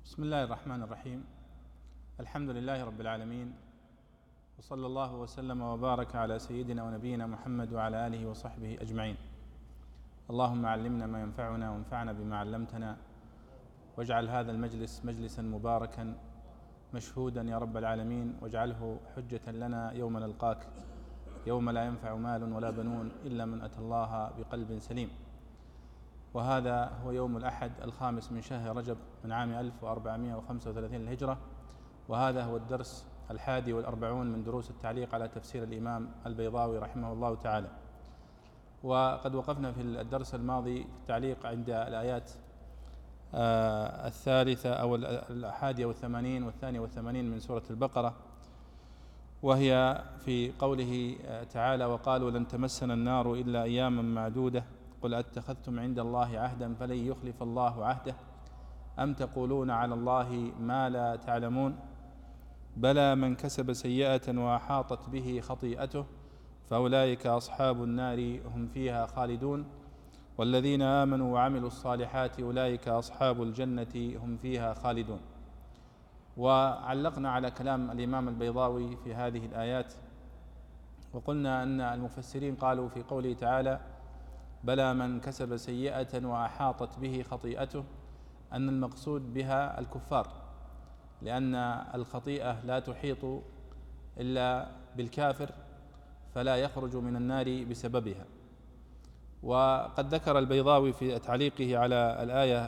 بسم الله الرحمن الرحيم. الحمد لله رب العالمين، وصلى الله وسلم وبارك على سيدنا ونبينا محمد وعلى آله وصحبه أجمعين. اللهم علمنا ما ينفعنا وانفعنا بما علمتنا، واجعل هذا المجلس مجلسا مباركا مشهودا يا رب العالمين، واجعله حجة لنا يوم نلقاك، يوم لا ينفع مال ولا بنون إلا من أتى الله بقلب سليم. وهذا هو يوم الأحد 5 من شهر رجب من عام 1435 للهجرة، وهذا هو الدرس 41 من دروس التعليق على تفسير الإمام البيضاوي رحمه الله تعالى. وقد وقفنا في الدرس الماضي في التعليق عند الآيات 81 و82 من سورة البقرة، وهي في قوله تعالى: وقالوا لن تمسنا النار إلا أياما معدودة قل أتخذتم عند الله عهدا فلن يخلف الله عهده أم تقولون على الله ما لا تعلمون بلى من كسب سيئة وأحاطت به خطيئته فأولئك أصحاب النار هم فيها خالدون والذين آمنوا وعملوا الصالحات أولئك أصحاب الجنة هم فيها خالدون. وعلقنا على كلام الإمام البيضاوي في هذه الآيات، وقلنا أن المفسرين قالوا في قوله تعالى: بلى من كسب سيئة وأحاطت به خطيئته، أن المقصود بها الكفار، لأن الخطيئة لا تحيط إلا بالكافر فلا يخرج من النار بسببها. وقد ذكر البيضاوي في تعليقه على الآية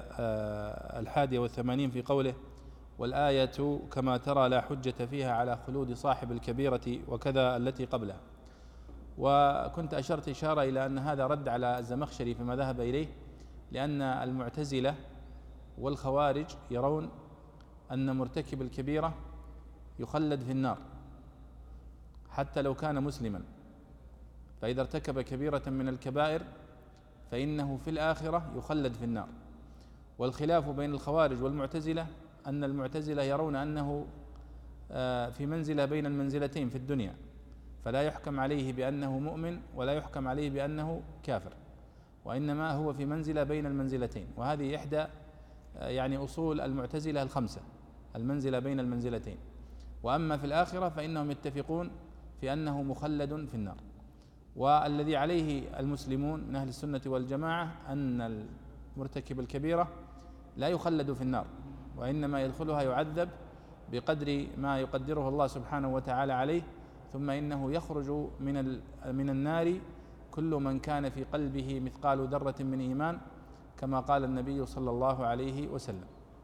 81 في قوله: والآية كما ترى لا حجة فيها على خلود صاحب الكبيرة وكذا التي قبلها. وكنت أشرت إشارة إلى أن هذا رد على الزمخشري فيما ذهب إليه، لأن المعتزلة والخوارج يرون أن مرتكب الكبيرة يخلد في النار حتى لو كان مسلما، فإذا ارتكب كبيرة من الكبائر فإنه في الآخرة يخلد في النار. والخلاف بين الخوارج والمعتزلة أن المعتزلة يرون أنه في منزلة بين المنزلتين في الدنيا، فلا يحكم عليه بأنه مؤمن ولا يحكم عليه بأنه كافر، وإنما هو في منزلة بين المنزلتين. وهذه إحدى أصول المعتزلة 5، المنزلة بين المنزلتين. وأما في الآخرة فإنهم يتفقون في أنه مخلد في النار. والذي عليه المسلمون من أهل السنة والجماعة أن المرتكب الكبيرة لا يخلد في النار، وإنما يدخلها يعذب بقدر ما يقدره الله سبحانه وتعالى عليه، ثم إنه يخرج من النار كل من كان في قلبه مثقال ذرة من إيمان، كما قال النبي صلى الله عليه وسلم.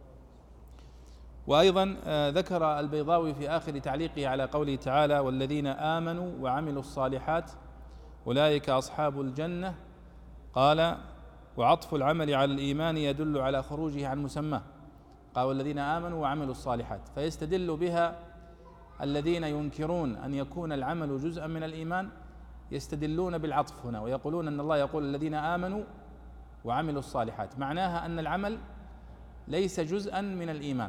وأيضا ذكر البيضاوي في آخر تعليقه على قوله تعالى: والذين آمنوا وعملوا الصالحات أولئك أصحاب الجنة، قال: وعطف العمل على الإيمان يدل على خروجه عن مسماه، قال: والذين آمنوا وعملوا الصالحات، فيستدل بها الذين ينكرون أن يكون العمل جزءا من الإيمان، يستدلون بالعطف هنا ويقولون أن الله يقول الذين آمنوا وعملوا الصالحات، معناها أن العمل ليس جزءا من الإيمان.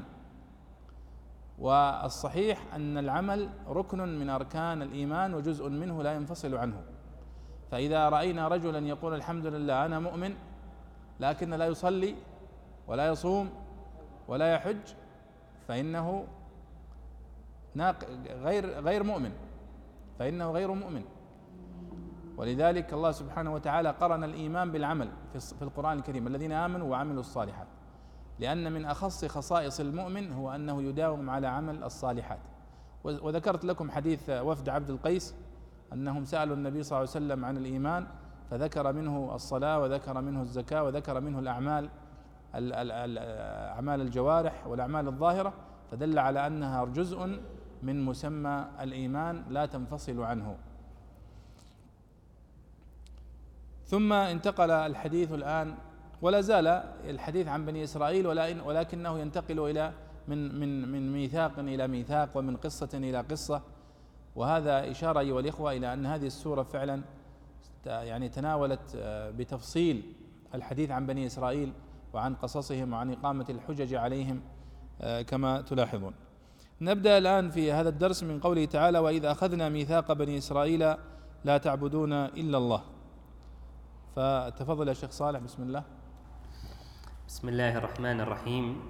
والصحيح أن العمل ركن من أركان الإيمان وجزء منه لا ينفصل عنه. فإذا رأينا رجلا يقول الحمد لله أنا مؤمن لكن لا يصلي ولا يصوم ولا يحج، فإنه غير مؤمن، فإنه غير مؤمن. ولذلك الله سبحانه وتعالى قرن الإيمان بالعمل في القرآن الكريم: الذين آمنوا وعملوا الصالحات، لأن من أخص خصائص المؤمن هو أنه يداوم على عمل الصالحات. وذكرت لكم حديث وفد عبد القيس أنهم سألوا النبي صلى الله عليه وسلم عن الإيمان، فذكر منه الصلاة وذكر منه الزكاة وذكر منه أعمال الجوارح والأعمال الظاهرة، فدل على أنها جزء من مسمى الإيمان لا تنفصل عنه. ثم انتقل الحديث الآن، ولا زال الحديث عن بني إسرائيل، ولكنه ينتقل إلى من ميثاق إلى ميثاق ومن قصة إلى قصة. وهذا إشارة أيها الإخوة إلى أن هذه السورة فعلا تناولت بتفصيل الحديث عن بني إسرائيل وعن قصصهم وعن إقامة الحجج عليهم كما تلاحظون. نبدأ الآن في هذا الدرس من قوله تعالى: وإذا أخذنا ميثاق بني إسرائيل لا تعبدون إلا الله. فتفضل يا شيخ صالح، بسم الله. بسم الله الرحمن الرحيم.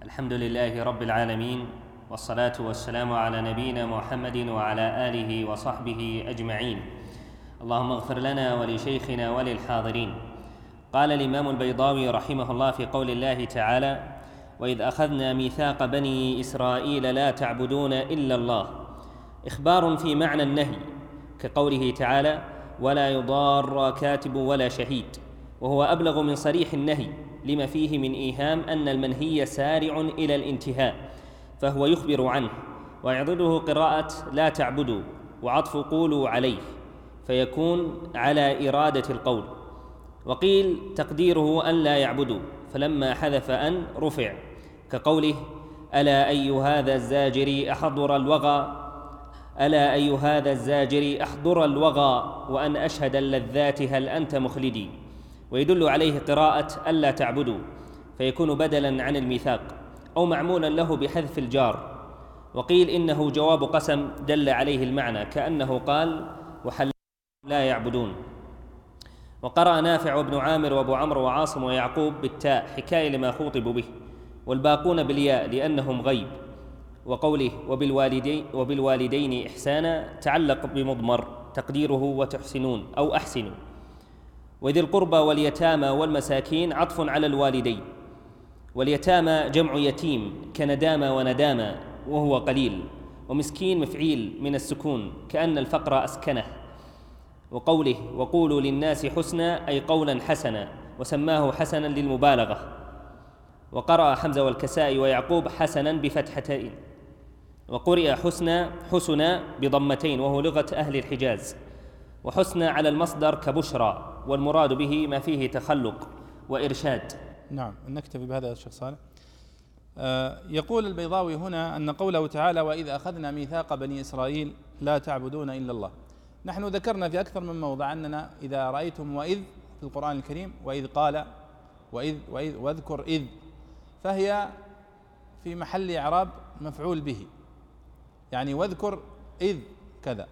الحمد لله رب العالمين، والصلاة والسلام على نبينا محمد وعلى آله وصحبه أجمعين. اللهم اغفر لنا ولشيخنا وللحاضرين. قال الإمام البيضاوي رحمه الله في قول الله تعالى: وإذ أخذنا ميثاق بني إسرائيل لا تعبدون إلا الله، إخبار في معنى النهي، كقوله تعالى: ولا يضار كاتب ولا شهيد، وهو أبلغ من صريح النهي لما فيه من إيهام أن المنهي سارع إلى الانتهاء، فهو يخبر عنه. ويعضده قراءة لا تعبدوا وعطف قولوا عليه، فيكون على إرادة القول. وقيل تقديره أن لا يعبدوا، فلما حذف أن رفع، كقوله: ألا أي هذا الزاجر أحضر الوغى، ألا أي هذا الزاجر أحضر الوغى، وأن أشهد اللذات هل أنت مخلدي. ويدل عليه قراءة ألا تعبدوا، فيكون بدلاً عن الميثاق أو معمولاً له بحذف الجار. وقيل إنه جواب قسم دل عليه المعنى، كأنه قال: وحل لا يعبدون. وقرأ نافع وابن عامر وابو عمرو وعاصم ويعقوب بالتاء حكاية لما خوطبوا به، والباقون بالياء لأنهم غيب. وقوله وبالوالدين إحسانا تعلق بمضمر تقديره وتحسنون أو أحسنوا. وذي القربى واليتامى والمساكين عطف على الوالدين. واليتامى جمع يتيم كندامى وندامى وهو قليل، ومسكين مفعيل من السكون كأن الفقر أسكنه. وقوله وقولوا للناس حسنا أي قولا حسنا، وسماه حسنا للمبالغة. وقرأ حمزة والكسائي ويعقوب حسنا بفتحتين، وقرئ حسنا بضمتين، وهو لغة أهل الحجاز. وحسنا على المصدر كبشرى، والمراد به ما فيه تخلق وإرشاد. نعم، نكتفي بهذا الشيخ صالح. يقول البيضاوي هنا أن قوله تعالى: وإذ أخذنا ميثاق بني إسرائيل لا تعبدون إلا الله. نحن ذكرنا في أكثر من موضع أننا إذا رأيتم وإذ في القرآن الكريم، وإذ قال وإذ واذكر إذ، فهي في محل إعراب مفعول به، يعني واذكر إذ كذا.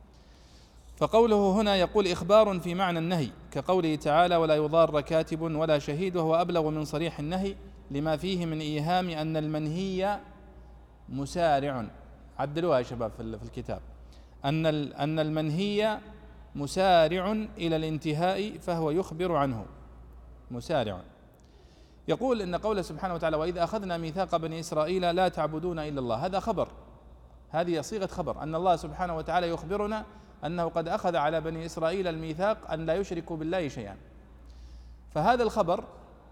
فقوله هنا يقول إخبار في معنى النهي، كقوله تعالى: ولا يضار كاتب ولا شهيد، وهو أبلغ من صريح النهي لما فيه من إيهام أن المنهي مسارع. عدلوها يا شباب في الكتاب، أن المنهي مسارع إلى الانتهاء، فهو يخبر عنه مسارع. يقول إن قوله سبحانه وتعالى: وإذ أخذنا ميثاق بني إسرائيل لا تعبدون إلا الله، هذا خبر، هذه صيغة خبر، أن الله سبحانه وتعالى يخبرنا أنه قد أخذ على بني إسرائيل الميثاق أن لا يشركوا بالله شيئا. فهذا الخبر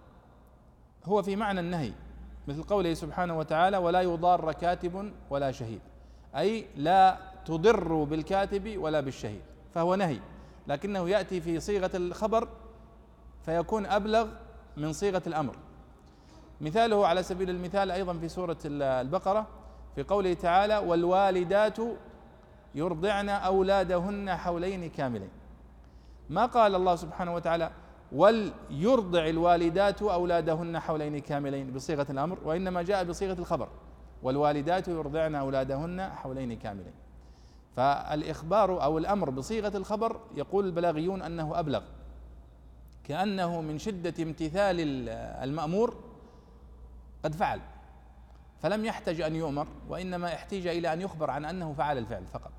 هو في معنى النهي، مثل قوله سبحانه وتعالى: ولا يضار كاتب ولا شهيد، أي لا تضر بالكاتب ولا بالشهيد، فهو نهي، لكنه يأتي في صيغة الخبر فيكون أبلغ من صيغة الأمر. مثاله على سبيل المثال أيضا في سورة البقرة في قوله تعالى: والوالدات يرضعن أولادهن حولين كاملين. ما قال الله سبحانه وتعالى: وليرضع الوالدات أولادهن حولين كاملين بصيغة الأمر، وإنما جاء بصيغة الخبر: والوالدات يرضعن أولادهن حولين كاملين. فالإخبار أو الأمر بصيغة الخبر يقول البلاغيون أنه أبلغ، كأنه من شدة امتثال المأمور قد فعل، فلم يحتج أن يؤمر، وإنما احتاج إلى أن يخبر عن أنه فعل الفعل فقط.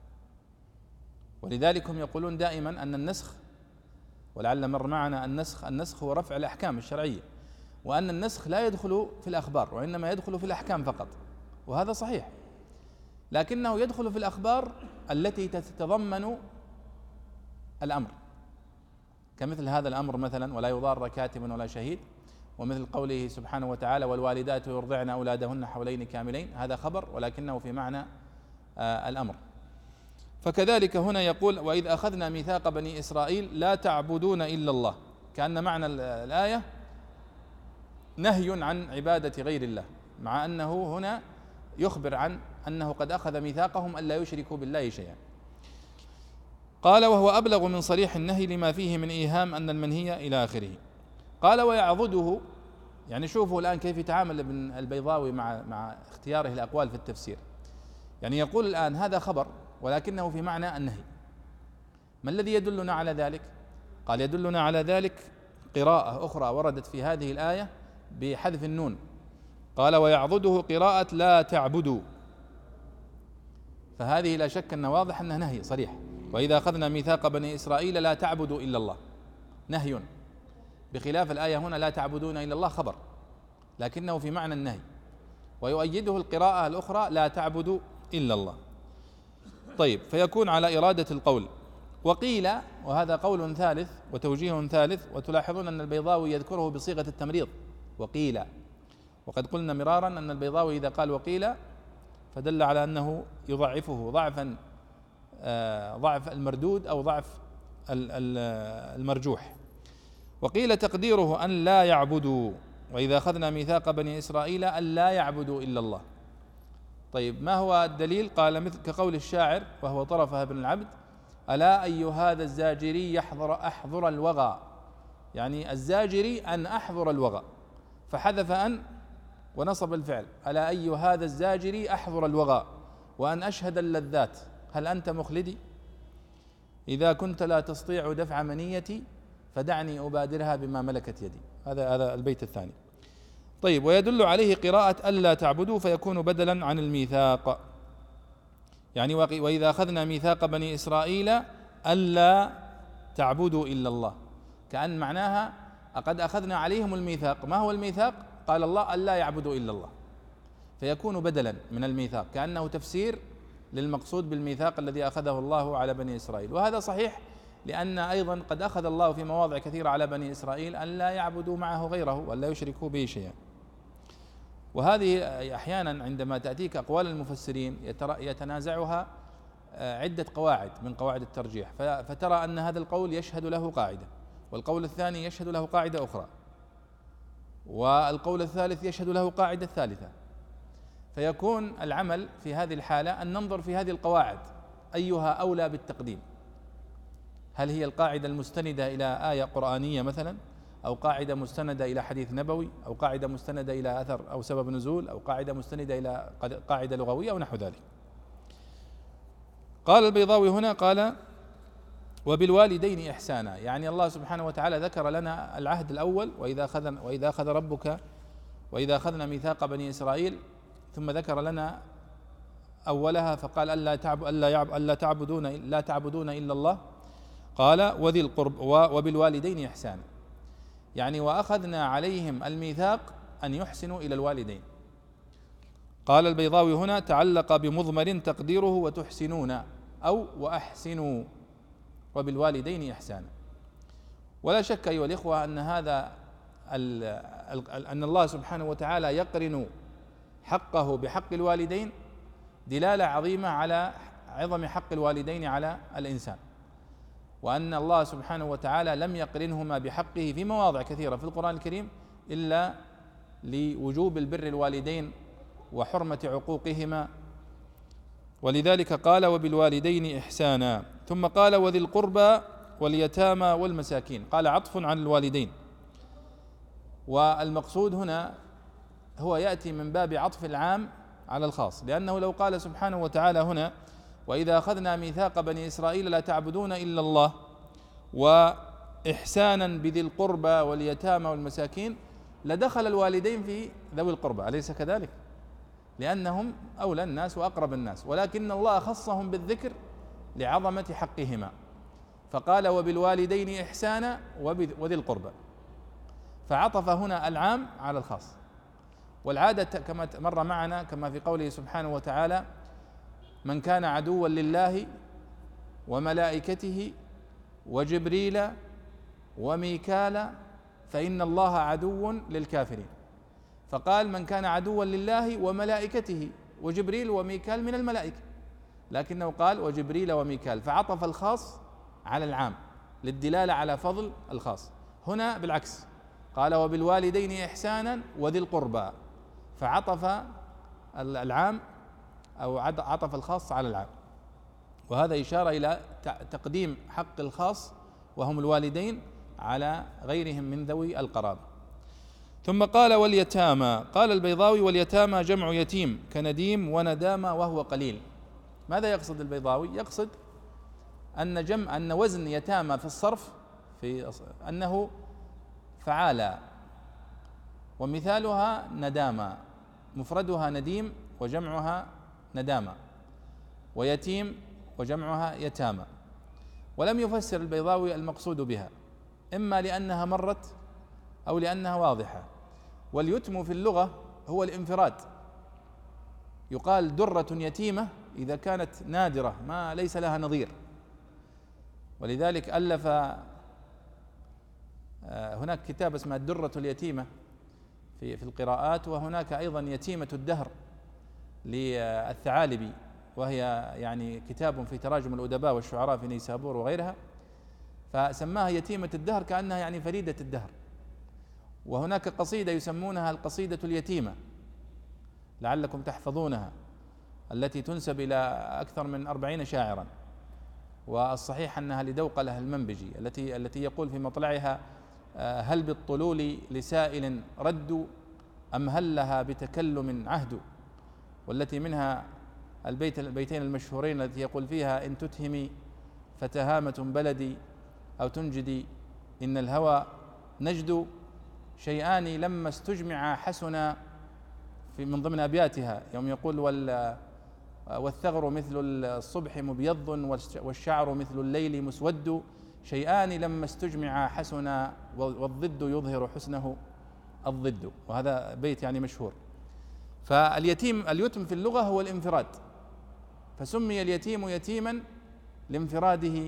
ولذلك هم يقولون دائما أن النسخ، ولعل مر معنا النسخ هو رفع الأحكام الشرعية، وأن النسخ لا يدخل في الأخبار وإنما يدخل في الأحكام فقط، وهذا صحيح، لكنه يدخل في الأخبار التي تتضمن الأمر، كمثل هذا الأمر مثلا: ولا يضار كاتب ولا شهيد، ومثل قوله سبحانه وتعالى: والوالدات يرضعن أولادهن حولين كاملين، هذا خبر ولكنه في معنى الأمر. فكذلك هنا يقول: وإذ أخذنا ميثاق بني إسرائيل لا تعبدون إلا الله، كأن معنى الآية نهي عن عبادة غير الله، مع أنه هنا يخبر عن أنه قد أخذ ميثاقهم ألا يشركوا بالله شيئا. قال: وهو أبلغ من صريح النهي لما فيه من إيهام أن المنهي إلى آخره. قال: ويعضده، يعني شوفوا الآن كيف يتعامل ابن البيضاوي مع اختياره الأقوال في التفسير. يعني يقول الآن هذا خبر ولكنه في معنى النهي. ما الذي يدلنا على ذلك؟ قال: يدلنا على ذلك قراءة أخرى وردت في هذه الآية بحذف النون، قال ويعضده قراءة لا تعبدوا، فهذه لا شك أن واضح أنها نهي صريح. وإذا أخذنا ميثاق بني إسرائيل لا تعبدوا إلا الله، نهي، بخلاف الآية هنا لا تعبدون إلا الله خبر، لكنه في معنى النهي. ويؤيده القراءة الأخرى لا تعبدوا إلا الله. طيب، فيكون على إرادة القول. وقيل، وهذا قول ثالث وتوجيه ثالث، وتلاحظون أن البيضاوي يذكره بصيغة التمريض، وقيل. وقد قلنا مرارا أن البيضاوي إذا قال وقيل فدل على أنه يضعفه ضعفا ضعف المردود أو ضعف المرجوح. وقيل تقديره أن لا يعبدوا، وإذا أخذنا ميثاق بني إسرائيل أن لا يعبدوا إلا الله. طيب، ما هو الدليل؟ قال مثل كقول الشاعر وهو طرفها بن العبد: ألا أي هذا الزاجري أحضر الوغى، يعني الزاجري أن أحضر الوغى، فحذف أن ونصب الفعل. ألا أي هذا الزاجري أحضر الوغى وأن أشهد اللذات، هل أنت مخلدي؟ إذا كنت لا تستطيع دفع منيتي فدعني أبادرها بما ملكت يدي. هذا البيت الثاني. طيب، ويدل عليه قراءة ألا تعبدوا، فيكون بدلا عن الميثاق، يعني وإذا أخذنا ميثاق بني إسرائيل ألا تعبدوا إلا الله، كأن معناها قد أخذنا عليهم الميثاق. ما هو الميثاق؟ قال الله ألا يعبدوا إلا الله، فيكون بدلا من الميثاق، كأنه تفسير للمقصود بالميثاق الذي أخذه الله على بني إسرائيل. وهذا صحيح، لأن أيضا قد أخذ الله في مواضع كثيرة على بني إسرائيل أن لا يعبدوا معه غيره وأن لا يشركوا به شيئا. وهذه أحيانا عندما تأتيك أقوال المفسرين يتنازعها عدة قواعد من قواعد الترجيح، فترى أن هذا القول يشهد له قاعدة، والقول الثاني يشهد له قاعدة أخرى، والقول الثالث يشهد له قاعدة ثالثة. فيكون العمل في هذه الحالة أن ننظر في هذه القواعد أيها أولى بالتقديم، هل هي القاعدة المستندة إلى آية قرآنية مثلا، أو قاعدة مستندة إلى حديث نبوي، أو قاعدة مستندة إلى أثر أو سبب نزول، أو قاعدة مستندة إلى قاعدة لغوية أو نحو ذلك. قال البيضاوي هنا قال وبالوالدين إحسانا، يعني الله سبحانه وتعالى ذكر لنا العهد الأول وإذا أخذ ربك وإذا أخذنا ميثاق بني إسرائيل، ثم ذكر لنا أولها فقال لا تعبدون إلا الله. قال وذي القرب وبالوالدين إحسانا، يعني وأخذنا عليهم الميثاق أن يحسنوا إلى الوالدين. قال البيضاوي هنا تعلق بمضمر تقديره وتحسنون أو وأحسنوا وبالوالدين إحسانا. ولا شك أيها الإخوة أن هذا أن الله سبحانه وتعالى يقرن حقه بحق الوالدين دلالة عظيمة على عظم حق الوالدين على الإنسان، وأن الله سبحانه وتعالى لم يقرنهما بحقه في مواضع كثيرة في القرآن الكريم إلا لوجوب البر الوالدين وحرمة عقوقهما. ولذلك قال وبالوالدين إحسانا، ثم قال وذي القربى واليتامى والمساكين، قال عطف عن الوالدين. والمقصود هنا هو يأتي من باب عطف العام على الخاص، لأنه لو قال سبحانه وتعالى هنا وإذا أخذنا ميثاق بني إسرائيل لا تعبدون إلا الله وإحسانا بذي القربى واليتامى والمساكين، لدخل الوالدين في ذوي القربى، أليس كذلك؟ لأنهم أولى الناس وأقرب الناس، ولكن الله خصهم بالذكر لعظمة حقهما، فقال وبالوالدين إحسانا وذي القربى، فعطف هنا العام على الخاص. والعادة كما مر معنا كما في قوله سبحانه وتعالى من كان عدوا لله وملائكته وجبريل وميكال فإن الله عدو للكافرين، فقال من كان عدوا لله وملائكته وجبريل وميكال من الملائكة، لكنه قال وجبريل وميكال، فعطف الخاص على العام للدلالة على فضل الخاص. هنا بالعكس قال وبالوالدين إحسانا وذي القربى، فعطف العام أو عطف الخاص على العام، وهذا إشارة إلى تقديم حق الخاص وهم الوالدين على غيرهم من ذوي القرابة. ثم قال واليتامى، قال البيضاوي واليتامى جمع يتيم كنديم وندامة وهو قليل. ماذا يقصد البيضاوي؟ يقصد أن وزن يتامى في الصرف في أنه فعالة، ومثالها ندامة، مفردها نديم وجمعها ندامة، ويتيم وجمعها يتامى. ولم يفسر البيضاوي المقصود بها، إما لأنها مرت أو لأنها واضحة. واليتم في اللغة هو الانفراد، يقال درة يتيمة إذا كانت نادرة ما ليس لها نظير. ولذلك ألف هناك كتاب اسمه الدرة اليتيمة في القراءات، وهناك أيضا يتيمة الدهر للثعالبي، وهي يعني كتاب في تراجم الأدباء والشعراء في نيسابور وغيرها، فسماها يتيمة الدهر كأنها يعني فريدة الدهر. وهناك قصيدة يسمونها القصيدة اليتيمة لعلكم تحفظونها، التي تنسب إلى أكثر من 40 شاعرا، والصحيح أنها لدوقلة المنبجي التي يقول في مطلعها: هل بالطلول لسائل رد أم هل لها بتكلم عهد. والتي منها البيتين المشهورين التي يقول فيها: إن تتهمي فتهامة بلدي أو تنجدي إن الهوى نجد، شيئان لما استجمعا حسنا، في من ضمن أبياتها يوم يقول: والثغر مثل الصبح مبيض والشعر مثل الليل مسود، شيئان لما استجمعا حسنا والضد يظهر حسنه الضد. وهذا بيت يعني مشهور. اليتم في اللغة هو الانفراد، فسمي اليتيم يتيما لانفراده.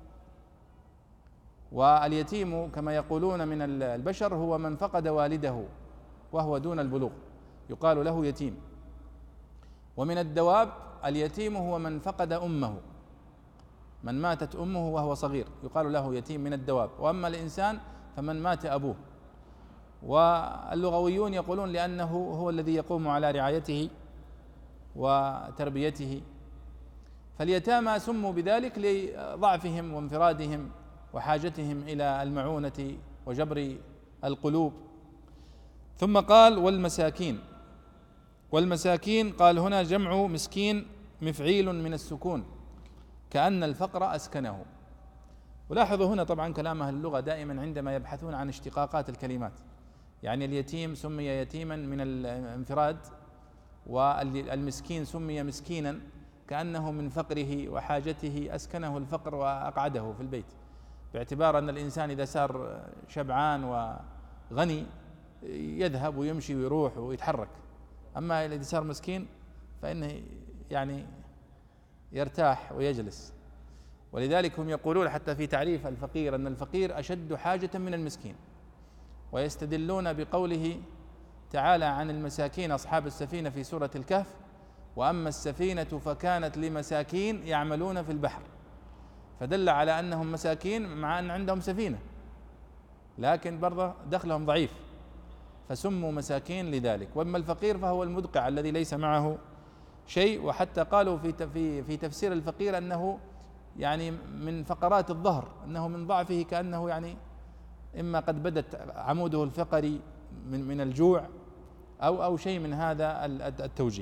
واليتيم كما يقولون من البشر هو من فقد والده وهو دون البلوغ، يقال له يتيم. ومن الدواب اليتيم هو من فقد أمه، من ماتت أمه وهو صغير يقال له يتيم من الدواب. وأما الإنسان فمن مات أبوه. واللغويون يقولون لأنه هو الذي يقوم على رعايته وتربيته. فاليتامى سموا بذلك لضعفهم وانفرادهم وحاجتهم إلى المعونة وجبر القلوب. ثم قال: والمساكين. والمساكين قال هنا جمع مسكين مفعيل من السكون، كأن الفقر أسكنه. ولاحظوا هنا طبعا كلام أهل اللغة دائما عندما يبحثون عن اشتقاقات الكلمات، يعني اليتيم سمي يتيما من الانفراد، والمسكين سمي مسكينا كأنه من فقره وحاجته أسكنه الفقر وأقعده في البيت، باعتبار أن الإنسان إذا صار شبعان وغني يذهب ويمشي ويروح ويتحرك، أما إذا صار مسكين فإنه يعني يرتاح ويجلس. ولذلك هم يقولون حتى في تعريف الفقير أن الفقير أشد حاجة من المسكين، ويستدلون بقوله تعالى عن المساكين أصحاب السفينة في سورة الكهف: وأما السفينة فكانت لمساكين يعملون في البحر، فدل على أنهم مساكين مع أن عندهم سفينة، لكن برضه دخلهم ضعيف فسموا مساكين لذلك. وأما الفقير فهو المدقع الذي ليس معه شيء. وحتى قالوا في تفسير الفقير أنه يعني من فقرات الظهر، أنه من ضعفه كأنه يعني إما قد بدت عموده الفقري من الجوع أو شيء من هذا التوجيه.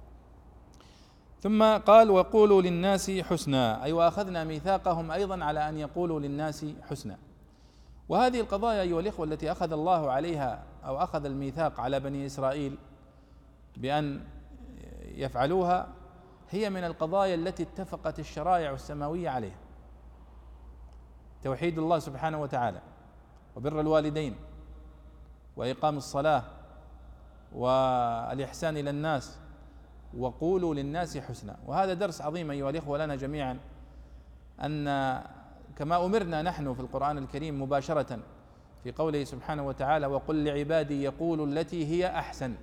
ثم قال: وقولوا للناس حسنا، أي وأخذنا ميثاقهم أيضا على أن يقولوا للناس حسنا. وهذه القضايا أيها الإخوة التي أخذ الله عليها أو أخذ الميثاق على بني إسرائيل بأن يفعلوها هي من القضايا التي اتفقت الشرائع السماوية عليها: توحيد الله سبحانه وتعالى، وبر الوالدين، وإقام الصلاة، والإحسان إلى الناس، وقولوا للناس حسنا. وهذا درس عظيم أيها الإخوة لنا جميعا، أن كما أمرنا نحن في القرآن الكريم مباشرة في قوله سبحانه وتعالى: وقل لعبادي يقولوا التي هي أحسن،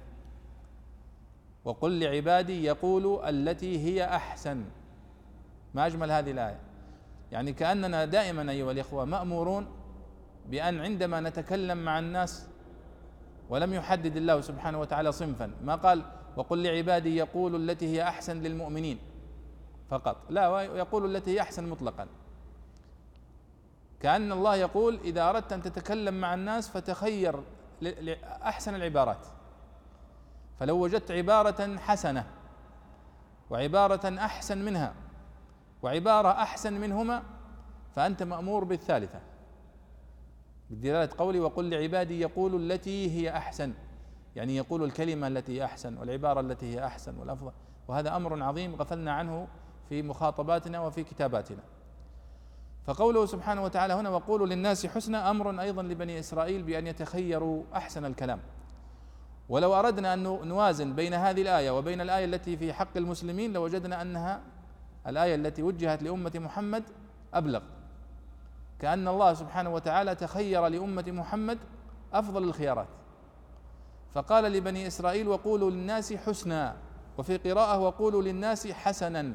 وقل لعبادي يقولوا التي هي أحسن. ما أجمل هذه الآية، يعني كأننا دائما أيها الإخوة مأمورون بأن عندما نتكلم مع الناس، ولم يحدد الله سبحانه وتعالى صنفا، ما قال وقل لعبادي يقولوا التي هي أحسن للمؤمنين فقط، لا، يقول التي هي أحسن مطلقا، كأن الله يقول إذا أردت أن تتكلم مع الناس فتخير أحسن العبارات، فلو وجدت عبارة حسنة وعبارة أحسن منها وعبارة أحسن منهما فأنت مأمور بالثالثة، بدلالة قولي وقل لعبادي يقولوا التي هي أحسن. يعني يقول الكلمة التي هي أحسن والعبارة التي هي أحسن والأفضل، وهذا أمر عظيم غفلنا عنه في مخاطباتنا وفي كتاباتنا. فقوله سبحانه وتعالى هنا وقولوا للناس حسنا أمر أيضا لبني إسرائيل بأن يتخيروا أحسن الكلام. ولو أردنا أن نوازن بين هذه الآية وبين الآية التي في حق المسلمين لوجدنا أنها الآية التي وجهت لأمة محمد أبلغ، كأن الله سبحانه وتعالى تخير لأمة محمد أفضل الخيارات، فقال لبني إسرائيل وقولوا للناس حسنا، وفي قراءة وقولوا للناس حسنا.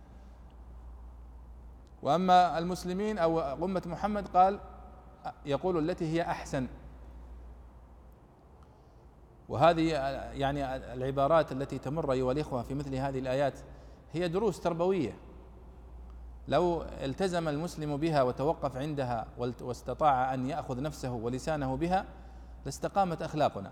وأما المسلمين أو أمة محمد قال يقول التي هي أحسن. وهذه يعني العبارات التي تمر أيها الإخوة في مثل هذه الآيات هي دروس تربوية، لو التزم المسلم بها وتوقف عندها واستطاع أن يأخذ نفسه ولسانه بها لاستقامت أخلاقنا.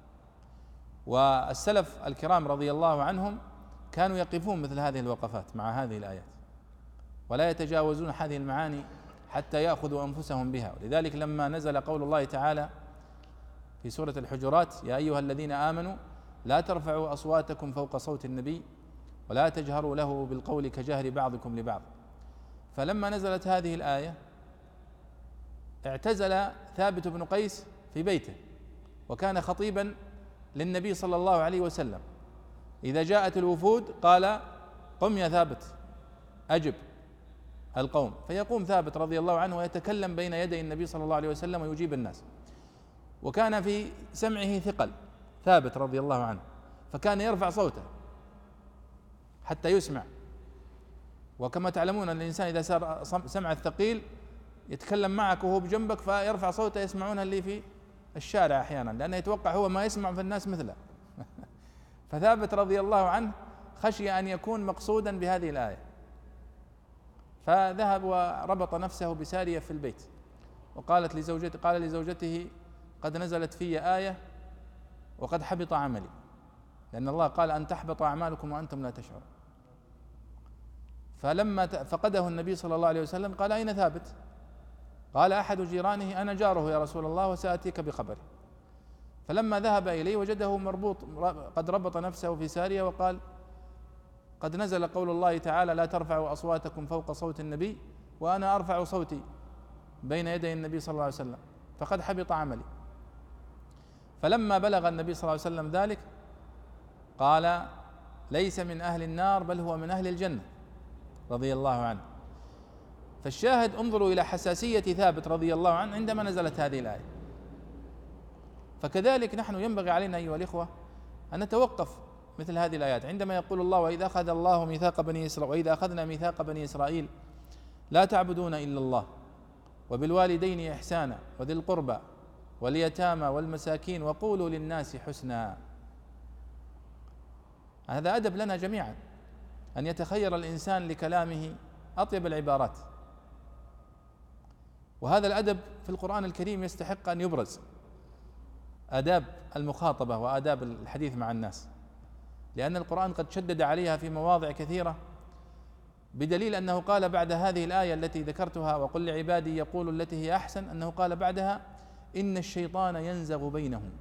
والسلف الكرام رضي الله عنهم كانوا يقفون مثل هذه الوقفات مع هذه الآيات ولا يتجاوزون هذه المعاني حتى يأخذوا أنفسهم بها. ولذلك لما نزل قول الله تعالى في سورة الحجرات يا أيها الذين آمنوا لا ترفعوا أصواتكم فوق صوت النبي ولا تجهروا له بالقول كجهر بعضكم لبعض، فلما نزلت هذه الآية اعتزل ثابت بن قيس في بيته، وكان خطيبا للنبي صلى الله عليه وسلم. إذا جاءت الوفود قال قم يا ثابت أجب القوم، فيقوم ثابت رضي الله عنه ويتكلم بين يدي النبي صلى الله عليه وسلم ويجيب الناس. وكان في سمعه ثقل ثابت رضي الله عنه، فكان يرفع صوته حتى يسمع. وكما تعلمون أن الإنسان إذا صار سمع الثقيل يتكلم معك وهو بجنبك فيرفع صوته يسمعونه اللي في الشارع أحيانا، لأنه يتوقع هو ما يسمع في الناس مثله. فثابت رضي الله عنه خشي أن يكون مقصودا بهذه الآية، فذهب وربط نفسه بسارية في البيت، وقالت لزوجته قال لزوجته قد نزلت في آية وقد حبط عملي، لأن الله قال أن تحبط أعمالكم وأنتم لا تشعرون. فلما فقده النبي صلى الله عليه وسلم قال أين ثابت؟ قال أحد جيرانه أنا جاره يا رسول الله وسأتيك بخبره. فلما ذهب إليه وجده مربوط قد ربط نفسه في سارية وقال قد نزل قول الله تعالى لا ترفعوا أصواتكم فوق صوت النبي وأنا أرفع صوتي بين يدي النبي صلى الله عليه وسلم فقد حبط عملي. فلما بلغ النبي صلى الله عليه وسلم ذلك قال ليس من أهل النار بل هو من أهل الجنة رضي الله عنه. فالشاهد انظروا إلى حساسية ثابت رضي الله عنه عندما نزلت هذه الآية. فكذلك نحن ينبغي علينا أيها الإخوة أن نتوقف مثل هذه الآيات عندما يقول الله وإذا أخذ الله ميثاق بني إسرائيل وإذا أخذنا ميثاق بني إسرائيل لا تعبدون إلا الله وبالوالدين إحسانا وذي القربى واليتامى والمساكين وقولوا للناس حسنا. هذا أدب لنا جميعا أن يتخير الإنسان لكلامه أطيب العبارات، وهذا الأدب في القرآن الكريم يستحق أن يبرز، آداب المخاطبة وآداب الحديث مع الناس، لأن القرآن قد شدد عليها في مواضع كثيرة، بدليل أنه قال بعد هذه الآية التي ذكرتها وقل لعبادي يقولوا التي هي أحسن أنه قال بعدها إن الشيطان ينزغ بينهم.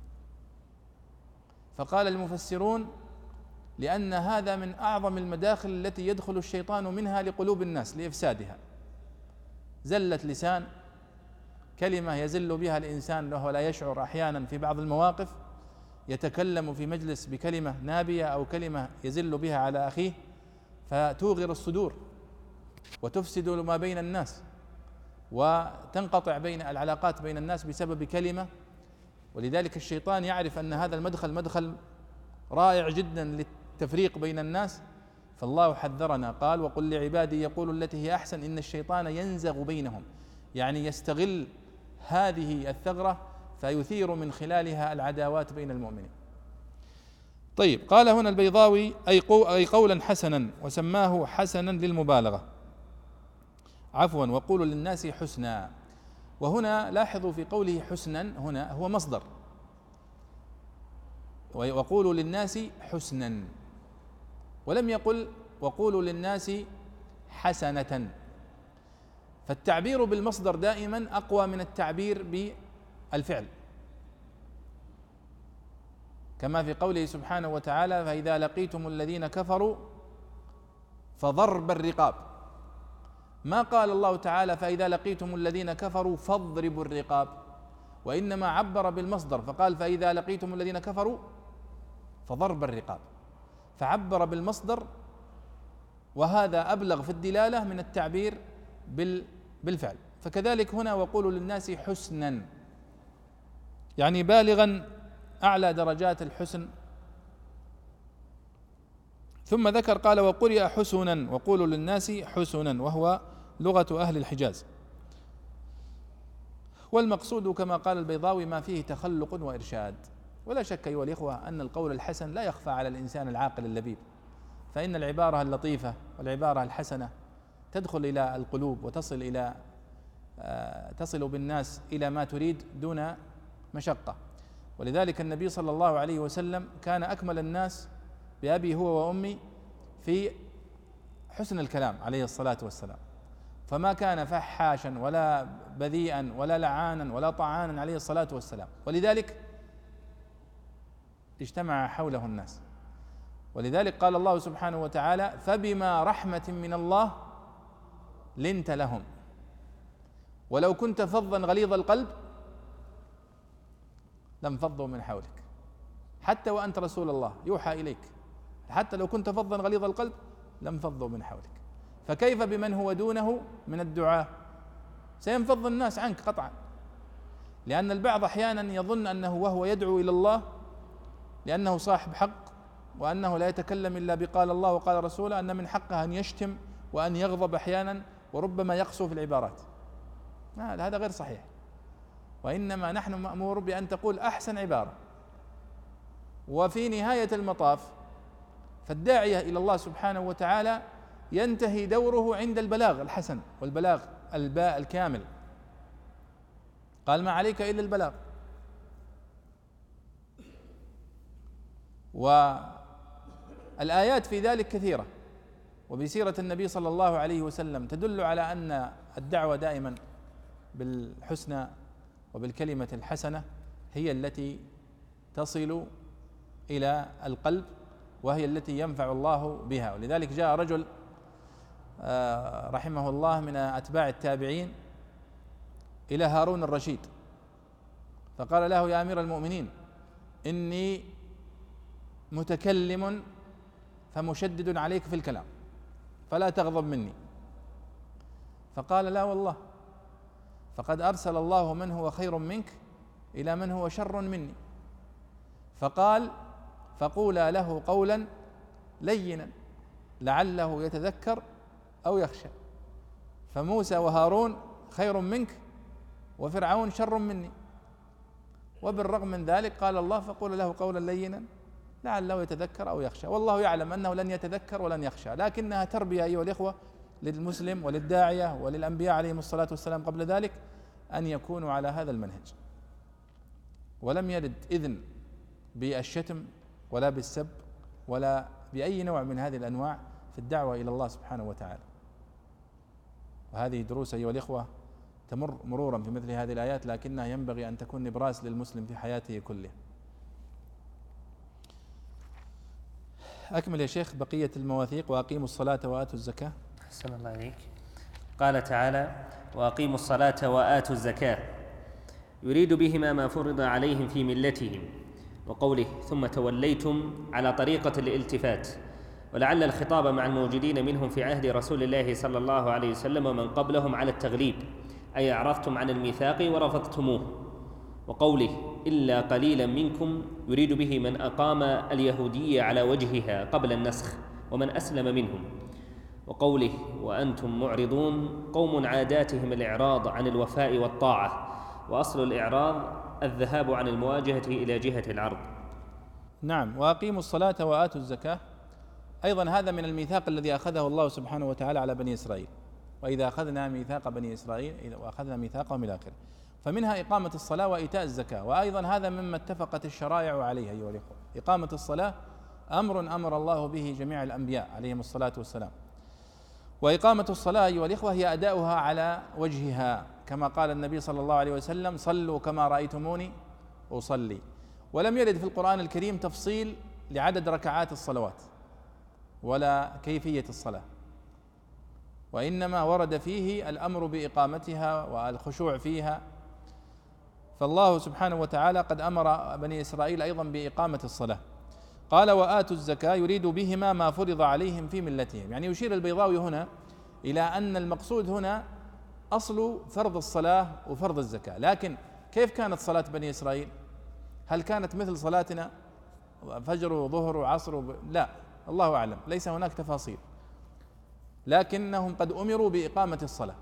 فقال المفسرون لأن هذا من أعظم المداخل التي يدخل الشيطان منها لقلوب الناس لإفسادها. زلة لسان، كلمة يزل بها الإنسان وهو لا يشعر أحيانا في بعض المواقف، يتكلم في مجلس بكلمة نابية أو كلمة يزل بها على أخيه فتوغر الصدور وتفسد ما بين الناس وتنقطع بين العلاقات بين الناس بسبب كلمة. ولذلك الشيطان يعرف أن هذا المدخل مدخل رائع جدا للتفريق بين الناس، فالله حذرنا قال وقل لعبادي يقولوا التي هي أحسن إن الشيطان ينزغ بينهم، يعني يستغل هذه الثغرة فيثير من خلالها العداوات بين المؤمنين. طيب، قال هنا البيضاوي أي قولا حسنا، وسماه حسنا للمبالغة، عفوا وقولوا للناس حسنا. وهنا لاحظوا في قوله حسنا هنا هو مصدر، وقولوا للناس حسنا، ولم يقل وقولوا للناس حسنة. فالتعبير بالمصدر دائما أقوى من التعبير بالفعل. كما في قوله سبحانه وتعالى: فإذا لقيتم الذين كفروا فضرب الرقاب. ما قال الله تعالى: فإذا لقيتم الذين كفروا فاضربوا الرقاب، وإنما عبر بالمصدر فقال: فإذا لقيتم الذين كفروا فضرب الرقاب، فعبر بالمصدر، وهذا أبلغ في الدلالة من التعبير بالفعل. فكذلك هنا: وقولوا للناس حسنا، يعني بالغا أعلى درجات الحسن. ثم ذكر قال: وقرئ حسنا، وقولوا للناس حسنا، وهو لغة أهل الحجاز. والمقصود كما قال البيضاوي ما فيه تخلق وإرشاد. ولا شك أيها الإخوة أن القول الحسن لا يخفى على الإنسان العاقل اللبيب، فإن العبارة اللطيفة والعبارة الحسنة تدخل إلى القلوب تصل بالناس إلى ما تريد دون مشقة. ولذلك النبي صلى الله عليه وسلم كان أكمل الناس بأبي هو وأمي في حسن الكلام عليه الصلاة والسلام، فما كان فحاشا ولا بذيئا ولا لعانا ولا طعانا عليه الصلاة والسلام، ولذلك اجتمع حوله الناس. ولذلك قال الله سبحانه وتعالى: فبما رحمة من الله لنت لهم ولو كنت فظا غليظ القلب لانفضوا من حولك. حتى وأنت رسول الله يوحى إليك، حتى لو كنت فظا غليظ القلب لانفضوا من حولك، فكيف بمن هو دونه من الدعاة؟ سينفض الناس عنك قطعا، لأن البعض أحيانا يظن أنه وهو يدعو إلى الله لأنه صاحب حق وأنه لا يتكلم إلا بقال الله وقال رسوله، أن من حقه أن يشتم وأن يغضب أحيانا وربما يقسو في العبارات. هذا غير صحيح، وإنما نحن مأمور بأن تقول أحسن عبارة. وفي نهاية المطاف فالداعية إلى الله سبحانه وتعالى ينتهي دوره عند البلاغ الحسن والبلاغ الكامل. قال: ما عليك إلا البلاغ. والآيات في ذلك كثيرة، وبسيرة النبي صلى الله عليه وسلم تدل على أن الدعوة دائما بالحسنى وبالكلمة الحسنة هي التي تصل إلى القلب، وهي التي ينفع الله بها. ولذلك جاء رجل رحمه الله من أتباع التابعين إلى هارون الرشيد فقال له: يا أمير المؤمنين، إني متكلم فمشدد عليك في الكلام فلا تغضب مني. فقال: لا والله، فقد أرسل الله من هو خير منك إلى من هو شر مني. فقال: فقولا له قولا لينا لعله يتذكر أو يخشى. فموسى وهارون خير منك وفرعون شر مني، وبالرغم من ذلك قال الله: فقول له قولا لينا لعله يتذكر أو يخشى. والله يعلم أنه لن يتذكر ولن يخشى، لكنها تربية أيها الإخوة للمسلم وللداعية وللأنبياء عليهم الصلاة والسلام قبل ذلك أن يكونوا على هذا المنهج. ولم يرد إذن بالشتم ولا بالسب ولا بأي نوع من هذه الأنواع في الدعوة إلى الله سبحانه وتعالى. وهذه دروس أيها الإخوة تمر مرورا في مثل هذه الآيات، لكنها ينبغي أن تكون نبراس للمسلم في حياته كلها. أكمل يا شيخ بقية المواثيق: وأقيموا الصلاة وآتوا الزكاة. أحسن الله عليك. قال تعالى: وأقيموا الصلاة وآتوا الزكاة، يريد بهما ما فرض عليهم في ملتهم، وقوله: ثم توليتم على طريقة الالتفات، ولعل الخطاب مع الموجودين منهم في عهد رسول الله صلى الله عليه وسلم ومن قبلهم على التغليب، أي أعرضتم عن الميثاق ورفضتموه. وقوله: إلا قليلا منكم، يريد به من أقام اليهودية على وجهها قبل النسخ ومن أسلم منهم. وقوله: وأنتم معرضون، قوم عاداتهم الإعراض عن الوفاء والطاعة، وأصل الإعراض الذهاب عن المواجهة إلى جهة العرض. نعم. وأقيموا الصلاة وآتوا الزكاة، أيضا هذا من الميثاق الذي أخذه الله سبحانه وتعالى على بني إسرائيل: وإذا أخذنا ميثاق بني إسرائيل وأخذنا ميثاقهم إلى آخره. فمنها إقامة الصلاة وإيتاء الزكاة، وأيضا هذا مما اتفقت الشرائع عليه أيها الأخوة. إقامة الصلاة أمر الله به جميع الأنبياء عليهم الصلاة والسلام، وإقامة الصلاة أيها الأخوة هي أداؤها على وجهها، كما قال النبي صلى الله عليه وسلم: صلوا كما رأيتموني أصلي. ولم يرد في القرآن الكريم تفصيل لعدد ركعات الصلوات ولا كيفية الصلاة، وإنما ورد فيه الأمر بإقامتها والخشوع فيها. فالله سبحانه وتعالى قد أمر بني إسرائيل أيضا بإقامة الصلاة. قال وآتوا الزكاة يريد بهما ما فرض عليهم في ملتهم. يعني يشير البيضاوي هنا إلى أن المقصود هنا أصل فرض الصلاة وفرض الزكاة، لكن كيف كانت صلاة بني إسرائيل؟ هل كانت مثل صلاتنا فجر وظهر وعصر لا، الله أعلم، ليس هناك تفاصيل، لكنهم قد أمروا بإقامة الصلاة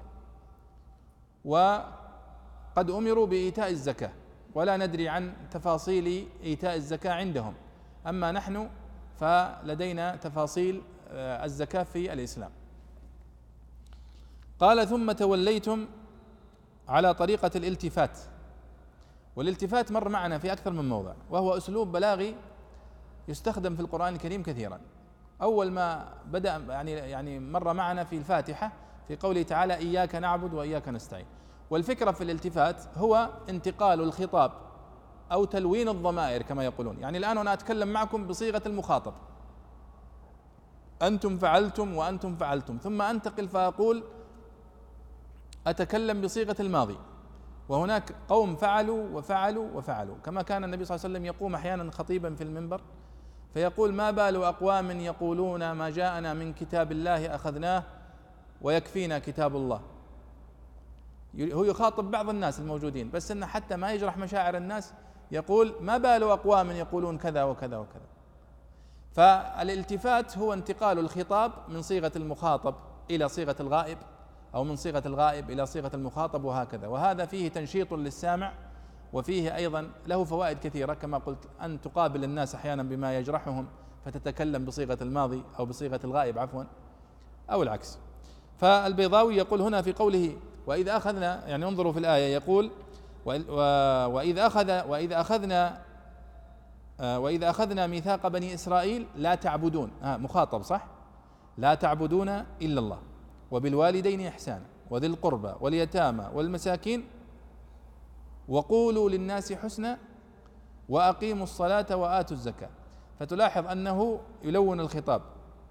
وقد أمروا بإيتاء الزكاة، ولا ندري عن تفاصيل إيتاء الزكاة عندهم، أما نحن فلدينا تفاصيل الزكاة في الإسلام. قال ثم توليتم على طريقة الالتفات، والالتفات مر معنا في أكثر من موضع، وهو أسلوب بلاغي يستخدم في القرآن الكريم كثيرا. أول ما بدأ يعني مر معنا في الفاتحة في قوله تعالى إياك نعبد وإياك نستعين. والفكرة في الالتفات هو انتقال الخطاب أو تلوين الضمائر كما يقولون. يعني الآن أنا أتكلم معكم بصيغة المخاطب، أنتم فعلتم وأنتم فعلتم، ثم أنتقل فأقول أتكلم بصيغة الماضي، وهناك قوم فعلوا وفعلوا وفعلوا، كما كان النبي صلى الله عليه وسلم يقوم أحيانا خطيبا في المنبر فيقول ما بال أقوام يقولون ما جاءنا من كتاب الله أخذناه ويكفينا كتاب الله. هو يخاطب بعض الناس الموجودين، بس إنه حتى ما يجرح مشاعر الناس يقول ما بال أقوام يقولون كذا وكذا وكذا. فالالتفات هو انتقال الخطاب من صيغة المخاطب إلى صيغة الغائب، أو من صيغة الغائب إلى صيغة المخاطب، وهكذا. وهذا فيه تنشيط للسامع، وفيه أيضا له فوائد كثيرة، كما قلت أن تقابل الناس أحيانا بما يجرحهم فتتكلم بصيغة الماضي أو بصيغة الغائب عفوا، أو العكس. فالبيضاوي يقول هنا في قوله وإذ أخذنا، يعني انظروا في الآية يقول وإذ أخذنا ميثاق بني إسرائيل لا تعبدون، مخاطب صح، لا تعبدون إلا الله وبالوالدين إحسانا وذي القربى واليتامى والمساكين وقولوا للناس حسنا وأقيموا الصلاة وآتوا الزكاة. فتلاحظ أنه يلون الخطاب.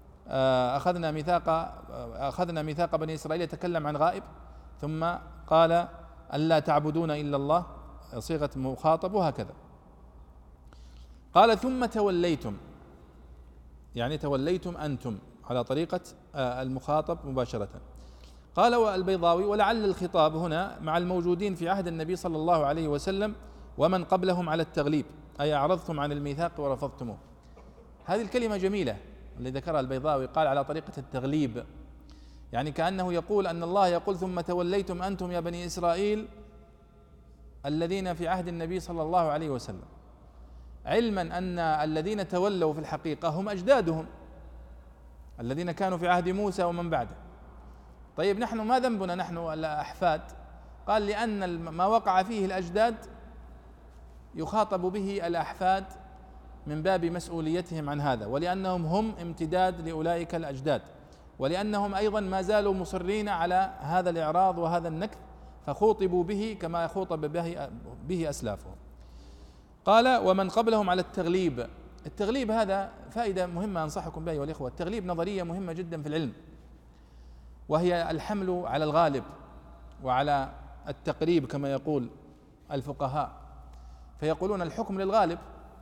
أخذنا ميثاق بني إسرائيل يتكلم عن غائب، ثم قال ألا تعبدون إلا الله صيغة مخاطب، وهكذا. قال ثم توليتم، يعني توليتم أنتم على طريقة المخاطب مباشرة. قال البيضاوي ولعل الخطاب هنا مع الموجودين في عهد النبي صلى الله عليه وسلم ومن قبلهم على التغليب، أي أعرضتم عن الميثاق ورفضتموه. هذه الكلمة جميلة اللي ذكرها البيضاوي، قال على طريقة التغليب، يعني كأنه يقول أن الله يقول ثم توليتم أنتم يا بني إسرائيل الذين في عهد النبي صلى الله عليه وسلم، علما أن الذين تولوا في الحقيقة هم أجدادهم الذين كانوا في عهد موسى ومن بعده. طيب نحن ما ذنبنا نحن الأحفاد؟ قال لأن ما وقع فيه الأجداد يخاطب به الأحفاد من باب مسؤوليتهم عن هذا، ولأنهم هم امتداد لأولئك الأجداد، ولأنهم أيضا ما زالوا مصرين على هذا الإعراض وهذا النكث، فخوطبوا به كما خوطب به أسلافهم. قال ومن قبلهم على التغليب. التغليب هذا فائدة مهمة أنصحكم بها أيها الإخوة. التغليب نظرية مهمة جدا في العلم، وهي الحمل على الغالب وعلى التقريب كما يقول الفقهاء، فيقولون الحكم للغالب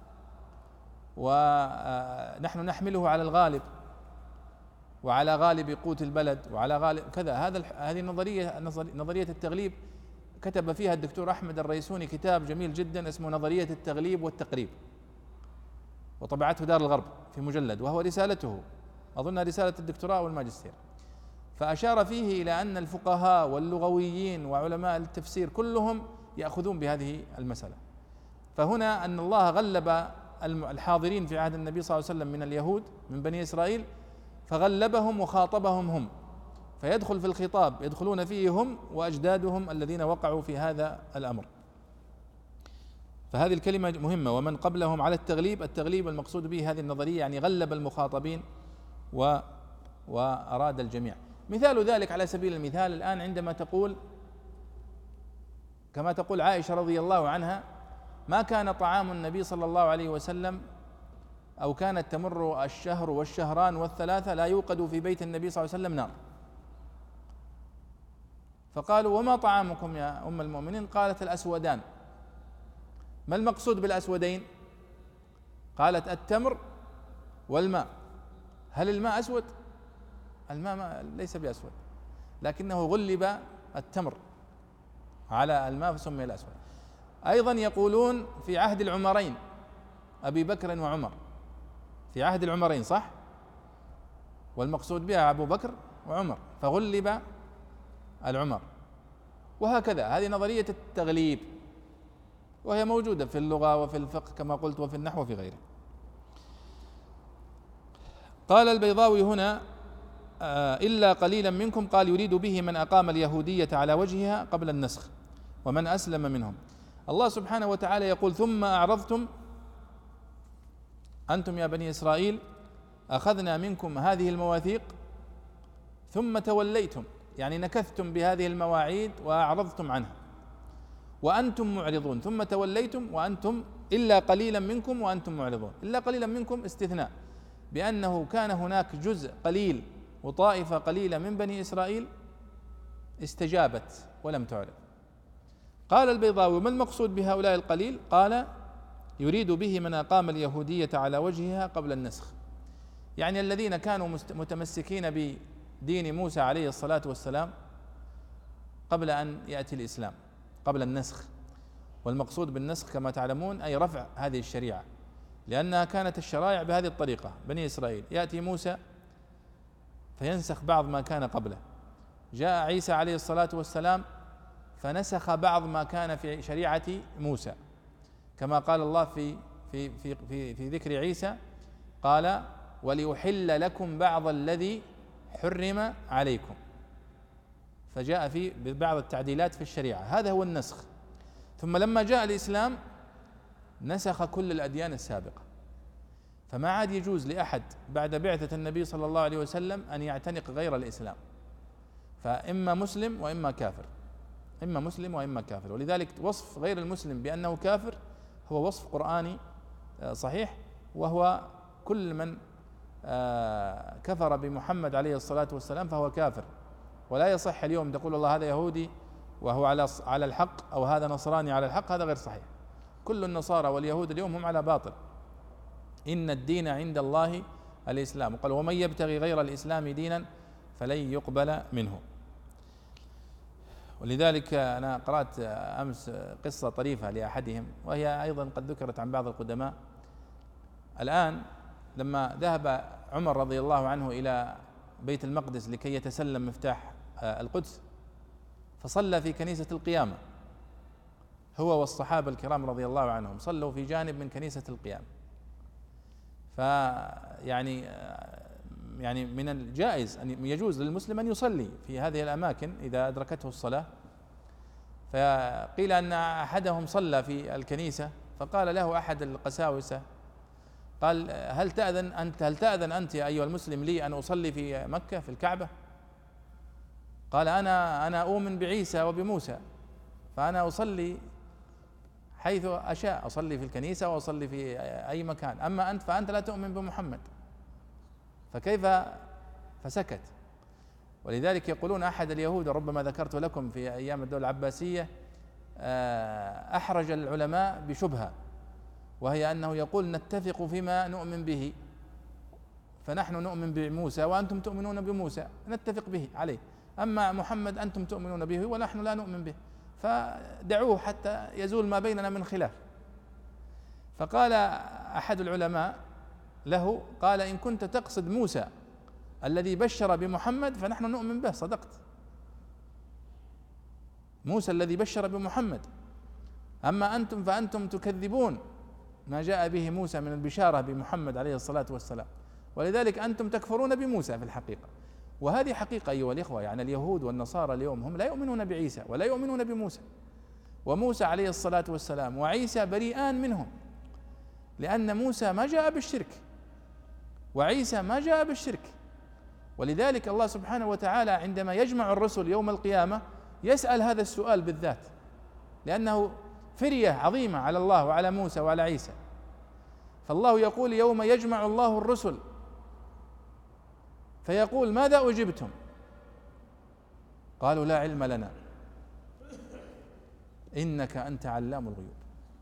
ونحن نحمله على الغالب وعلى غالب قوت البلد وعلى غالب كذا. هذه نظرية التغليب كتب فيها الدكتور أحمد الريسوني كتاب جميل جدا اسمه نظرية التغليب والتقريب، وطبعته دار الغرب في مجلد، وهو رسالته أظن رسالة الدكتوراه والماجستير. فأشار فيه إلى أن الفقهاء واللغويين وعلماء التفسير كلهم يأخذون بهذه المسألة. فهنا أن الله غلب الحاضرين في عهد النبي صلى الله عليه وسلم من اليهود من بني إسرائيل، فغلبهم وخاطبهم هم، فيدخل في الخطاب يدخلون فيه هم وأجدادهم الذين وقعوا في هذا الأمر. فهذه الكلمة مهمة. ومن قبلهم على التغليب، التغليب المقصود به هذه النظرية يعني غلب المخاطبين وأراد الجميع. مثال ذلك على سبيل المثال الآن عندما تقول كما تقول عائشة رضي الله عنها ما كان طعام النبي صلى الله عليه وسلم أو كانت تمر الشهر والشهران والثلاثة لا يوقد في بيت النبي صلى الله عليه وسلم نار. فقالوا: وما طعامكم يا أم المؤمنين؟ قالت: الأسودان. ما المقصود بالأسودين؟ قالت: التمر والماء. هل الماء أسود؟ الماء ليس بأسود، لكنه غلب التمر على الماء فسمي الأسود. أيضا يقولون في عهد العمرين، أبي بكر وعمر، في عهد العمرين، صح؟ والمقصود بها أبو بكر وعمر، فغلب العمر. وهكذا، هذه نظرية التغليب، وهي موجودة في اللغة وفي الفقه كما قلت وفي النحو وفي غيره. قال البيضاوي هنا: إلا قليلا منكم، قال يريد به من أقام اليهودية على وجهها قبل النسخ ومن أسلم منهم. الله سبحانه وتعالى يقول: ثم أعرضتم أنتم يا بني إسرائيل أخذنا منكم هذه المواثيق ثم توليتم، يعني نكثتم بهذه المواعيد وأعرضتم عنها وأنتم معرضون. ثم توليتم وأنتم إلا قليلا منكم وأنتم معرضون. إلا قليلا منكم استثناء، بأنه كان هناك جزء قليل وطائفة قليلة من بني إسرائيل استجابت ولم تعرض. قال البيضاوي: ما المقصود بهؤلاء القليل؟ قال: يريد به من أقام اليهودية على وجهها قبل النسخ، يعني الذين كانوا متمسكين بدين موسى عليه الصلاة والسلام قبل أن يأتي الإسلام، قبل النسخ. والمقصود بالنسخ كما تعلمون أي رفع هذه الشريعة، لأنها كانت الشرائع بهذه الطريقة. بني إسرائيل يأتي موسى فينسخ بعض ما كان قبله، جاء عيسى عليه الصلاة والسلام فنسخ بعض ما كان في شريعة موسى، كما قال الله في ذكر عيسى: قال: ولأحل لكم بعض الذي حرم عليكم. فجاء في بعض التعديلات في الشريعة، هذا هو النسخ. ثم لما جاء الإسلام نسخ كل الأديان السابقة، فما عاد يجوز لأحد بعد بعثة النبي صلى الله عليه وسلم أن يعتنق غير الإسلام، فإما مسلم وإما كافر، إما مسلم وإما كافر. ولذلك وصف غير المسلم بأنه كافر هو وصف قرآني صحيح، وهو كل من كفر بمحمد عليه الصلاة والسلام فهو كافر. ولا يصح اليوم تقول والله هذا يهودي وهو على الحق، أو هذا نصراني على الحق، هذا غير صحيح. كل النصارى واليهود اليوم هم على باطل. إن الدين عند الله الإسلام، قال: ومن يبتغي غير الإسلام دينا فلن يقبل منه. ولذلك أنا قرأت أمس قصة طريفة لأحدهم، وهي أيضا قد ذكرت عن بعض القدماء. الآن لما ذهب عمر رضي الله عنه إلى بيت المقدس لكي يتسلم مفتاح القدس، فصلى في كنيسة القيامة، هو والصحابة الكرام رضي الله عنهم صلوا في جانب من كنيسة القيامة. فيعني من الجائز أن يجوز للمسلم أن يصلي في هذه الأماكن إذا أدركته الصلاة. فقيل أن أحدهم صلى في الكنيسة، فقال له أحد القساوسة، قال: هل تأذن أنت يا أيها المسلم لي أن أصلي في مكة في الكعبة؟ قال: أنا أؤمن بعيسى وبموسى، فأنا أصلي حيث أشاء، أصلي في الكنيسة وأصلي في أي مكان، أما أنت فأنت لا تؤمن بمحمد، فكيف؟ فسكت. ولذلك يقولون أحد اليهود، ربما ذكرت لكم في أيام الدولة العباسية، أحرج العلماء بشبهة، وهي أنه يقول: نتفق فيما نؤمن به، فنحن نؤمن بموسى وأنتم تؤمنون بموسى، نتفق به عليه، أما محمد أنتم تؤمنون به ونحن لا نؤمن به، فدعوه حتى يزول ما بيننا من خلاف. فقال أحد العلماء له، قال: إن كنت تقصد موسى الذي بشر بمحمد فنحن نؤمن به، صدقت، موسى الذي بشر بمحمد، أما أنتم فأنتم تكذبون ما جاء به موسى من البشارة بمحمد عليه الصلاة والسلام، ولذلك أنتم تكفرون بموسى في الحقيقة. وهذه حقيقة أيها الإخوة، يعني اليهود والنصارى اليوم هم لا يؤمنون بعيسى ولا يؤمنون بموسى، وموسى عليه الصلاة والسلام وعيسى بريئان منهم، لأن موسى ما جاء بالشرك وعيسى ما جاء بالشرك. ولذلك الله سبحانه وتعالى عندما يجمع الرسل يوم القيامة يسأل هذا السؤال بالذات، لأنه فرية عظيمة على الله وعلى موسى وعلى عيسى. فالله يقول يوم يجمع الله الرسل فيقول ماذا أجبتم؟ قالوا لا علم لنا إنك أنت علام الغيوب.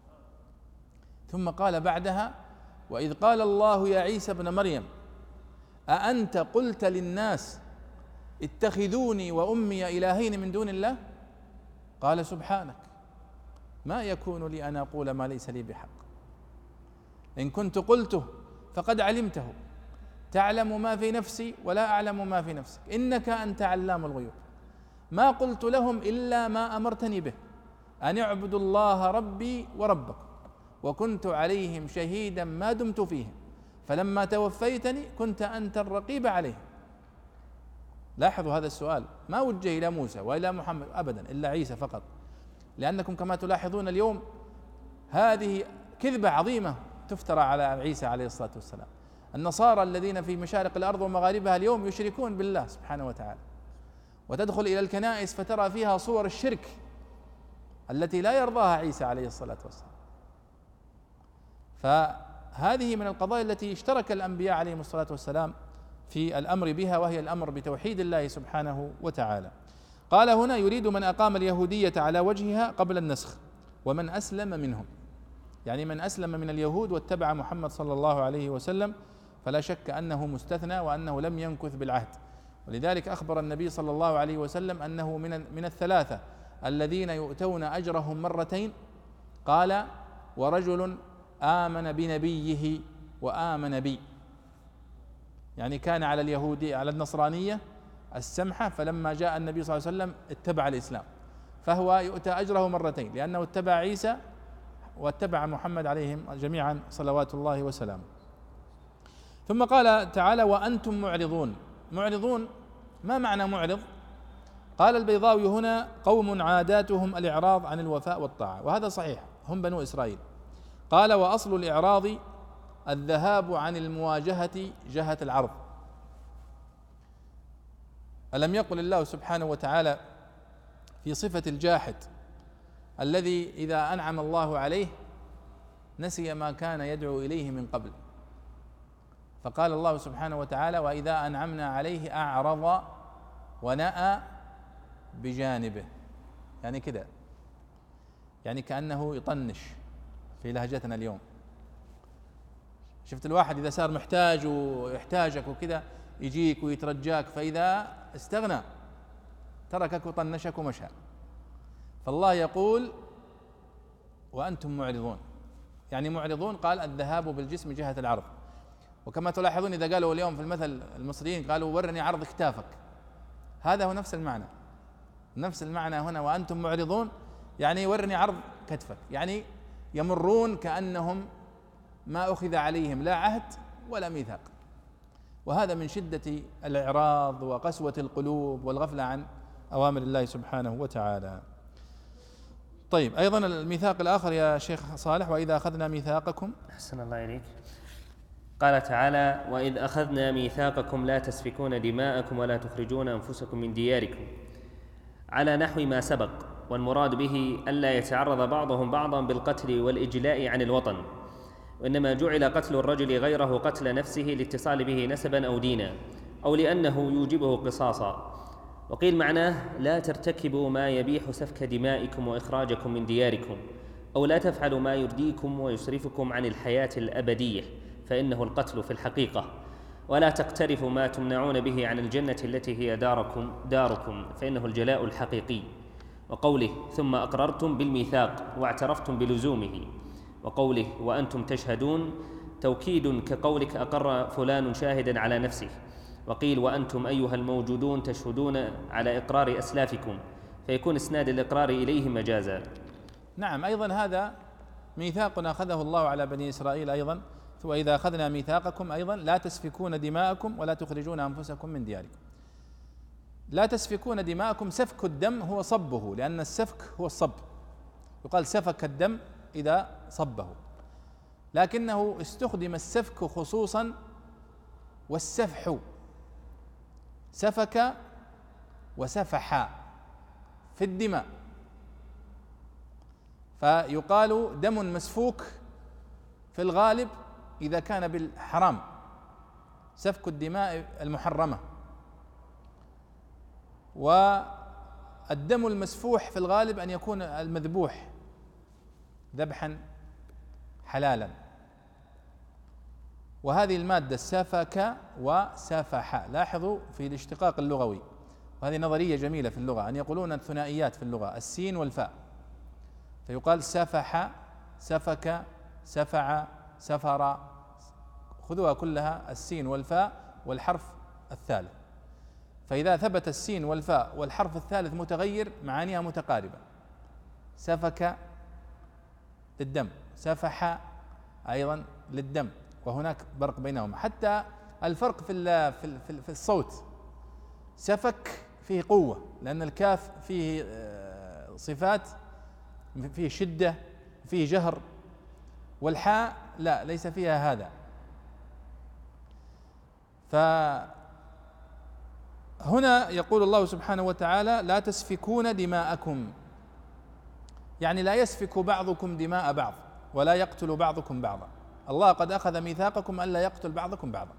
ثم قال بعدها وإذ قال الله يا عيسى ابن مريم أأنت قلت للناس اتخذوني وأمي إلهين من دون الله قال سبحانك ما يكون لي أن أقول ما ليس لي بحق إن كنت قلته فقد علمته تعلم ما في نفسي ولا أعلم ما في نفسك إنك أنت علام الغيوب ما قلت لهم إلا ما أمرتني به أن اعبدوا الله ربي وربكم وكنت عليهم شهيدا ما دمت فيهم فلما توفيتني كنت أنت الرقيب عليهم. لاحظوا هذا السؤال ما وجه إلى موسى وإلى محمد أبدا إلا عيسى فقط، لأنكم كما تلاحظون اليوم هذه كذبة عظيمة تفترى على عيسى عليه الصلاة والسلام. النصارى الذين في مشارق الأرض ومغاربها اليوم يشركون بالله سبحانه وتعالى، وتدخل إلى الكنائس فترى فيها صور الشرك التي لا يرضاها عيسى عليه الصلاة والسلام. فهذه من القضايا التي اشترك الأنبياء عليهم الصلاة والسلام في الأمر بها، وهي الأمر بتوحيد الله سبحانه وتعالى. قال هنا يريد من أقام اليهودية على وجهها قبل النسخ ومن أسلم منهم، يعني من أسلم من اليهود واتبع محمد صلى الله عليه وسلم فلا شك أنه مستثنى وأنه لم ينكث بالعهد. ولذلك أخبر النبي صلى الله عليه وسلم أنه من الثلاثة الذين يؤتون أجرهم مرتين، قال ورجل آمن بنبيه وآمن بي، يعني كان على اليهودية على النصرانية السمحة، فلما جاء النبي صلى الله عليه وسلم اتبع الإسلام، فهو يؤتى أجره مرتين لأنه اتبع عيسى واتبع محمد عليهم جميعا صلوات الله وسلامه. ثم قال تعالى وأنتم معرضون. معرضون ما معنى معرض؟ قال البيضاوي هنا قوم عاداتهم الإعراض عن الوفاء والطاعة، وهذا صحيح هم بنو إسرائيل. قال وأصل الإعراض الذهاب عن المواجهة جهة العرض. ألم يقل الله سبحانه وتعالى في صفة الجاحد الذي إذا أنعم الله عليه نسي ما كان يدعو إليه من قبل، فقال الله سبحانه وتعالى وإذا أنعمنا عليه أعرض ونأى بجانبه، يعني كده، يعني كأنه يطنش في لهجتنا اليوم. شفت الواحد إذا صار محتاج ويحتاجك وكذا يجيك ويترجاك، فإذا استغنى تركك وطنشك ومشى. فالله يقول وأنتم معرضون، يعني معرضون قال الذهاب بالجسم جهة العرض. وكما تلاحظون إذا قالوا اليوم في المثل المصريين قالوا ورني عرض كتافك، هذا هو نفس المعنى، نفس المعنى هنا وأنتم معرضون، يعني ورني عرض كتفك، يعني يمرون كأنهم ما أخذ عليهم لا عهد ولا ميثاق. وهذا من شدة الإعراض وقسوة القلوب والغفلة عن أوامر الله سبحانه وتعالى. طيب أيضا الميثاق الآخر يا شيخ صالح وإذا أخذنا ميثاقكم. أحسن الله إليك. قال تعالى وإذ أخذنا ميثاقكم لا تسفكون دماءكم ولا تخرجون أنفسكم من دياركم، على نحو ما سبق، والمراد به ألا يتعرض بعضهم بعضا بالقتل والإجلاء عن الوطن، وإنما جعل قتل الرجل غيره قتل نفسه لاتصال به نسبا أو دينا، أو لأنه يوجبه قصاصا. وقيل معناه لا ترتكبوا ما يبيح سفك دمائكم وإخراجكم من دياركم، أو لا تفعلوا ما يرديكم ويصرفكم عن الحياة الأبدية فإنه القتل في الحقيقة، ولا تقترفوا ما تمنعون به عن الجنة التي هي داركم فإنه الجلاء الحقيقي. وقوله ثم أقررتم بالميثاق واعترفتم بلزومه، وقوله وأنتم تشهدون توكيد كقولك أقر فلان شاهدا على نفسه. وقيل وأنتم أيها الموجودون تشهدون على إقرار أسلافكم، فيكون إسناد الإقرار إليه مجازا. نعم أيضا هذا ميثاق أخذه الله على بني إسرائيل أيضا، وإذا أخذنا ميثاقكم أيضا لا تسفكون دماءكم ولا تخرجون أنفسكم من دياركم. لا تسفكون دماءكم، سفك الدم هو صبه، لأن السفك هو الصب، يقال سفك الدم إذا صبه، لكنه استخدم السفك خصوصا والسفح، سفك وسفح في الدماء، فيقال دم مسفوك في الغالب إذا كان بالحرام، سفك الدماء المحرمة. والدم المسفوح في الغالب أن يكون المذبوح ذبحا حلالا. وهذه المادة سفك وسفح، لاحظوا في الاشتقاق اللغوي، وهذه نظرية جميلة في اللغة، أن يقولون الثنائيات في اللغة السين والفاء، فيقال سفح، سفك، سفع، سفر، خذوها كلها السين والفاء والحرف الثالث. فإذا ثبت السين والفاء والحرف الثالث متغير معانيها متقاربة. سفك للدم، سفح أيضا للدم، وهناك فرق بينهما. حتى الفرق في الصوت، سفك فيه قوة لأن الكاف فيه صفات، فيه شدة، فيه جهر، والحاء لا، ليس فيها هذا. فهنا يقول الله سبحانه وتعالى: لا تسفكون دماءكم، يعني لا يسفك بعضكم دماء بعض ولا يقتل بعضكم بعضا. الله قد أخذ ميثاقكم ألا يقتل بعضكم بعضا.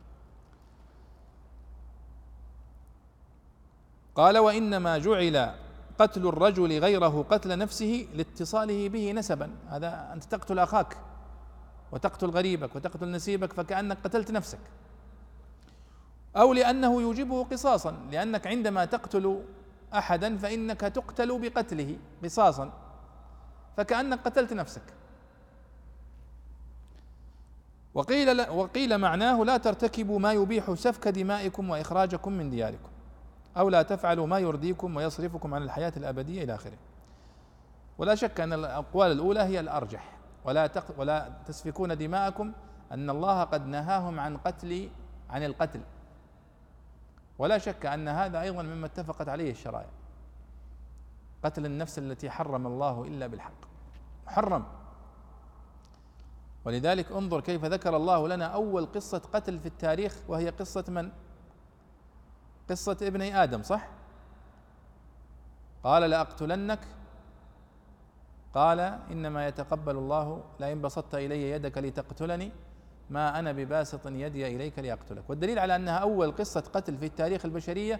قال: وإنما جعل قتل الرجل غيره قتل نفسه لاتصاله به نسبا. هذا أنت تقتل أخاك وتقتل غريبك وتقتل نسيبك فكأنك قتلت نفسك، أو لأنه يوجبه قصاصا، لأنك عندما تقتل أحدا فإنك تقتل بقتله قصاصا، فكأنك قتلت نفسك. وقيل معناه: لا ترتكبوا ما يبيح سفك دمائكم وإخراجكم من دياركم، أو لا تفعلوا ما يرضيكم ويصرفكم عن الحياة الأبدية إلى آخره. ولا شك أن الأقوال الأولى هي الأرجح، ولا تسفكون دماءكم، أن الله قد نهاهم عن القتل، ولا شك أن هذا أيضا مما اتفقت عليه الشرائع. قتل النفس التي حرم الله إلا بالحق محرم. ولذلك انظر كيف ذكر الله لنا أول قصة قتل في التاريخ، وهي قصة من؟ قصة ابني آدم، صح؟ قال: لأقتلنك، قال: إنما يتقبل الله، لئن بسطت إلي يدك لتقتلني ما أنا بباسط يدي إليك لأقتلك. والدليل على أنها أول قصة قتل في التاريخ البشرية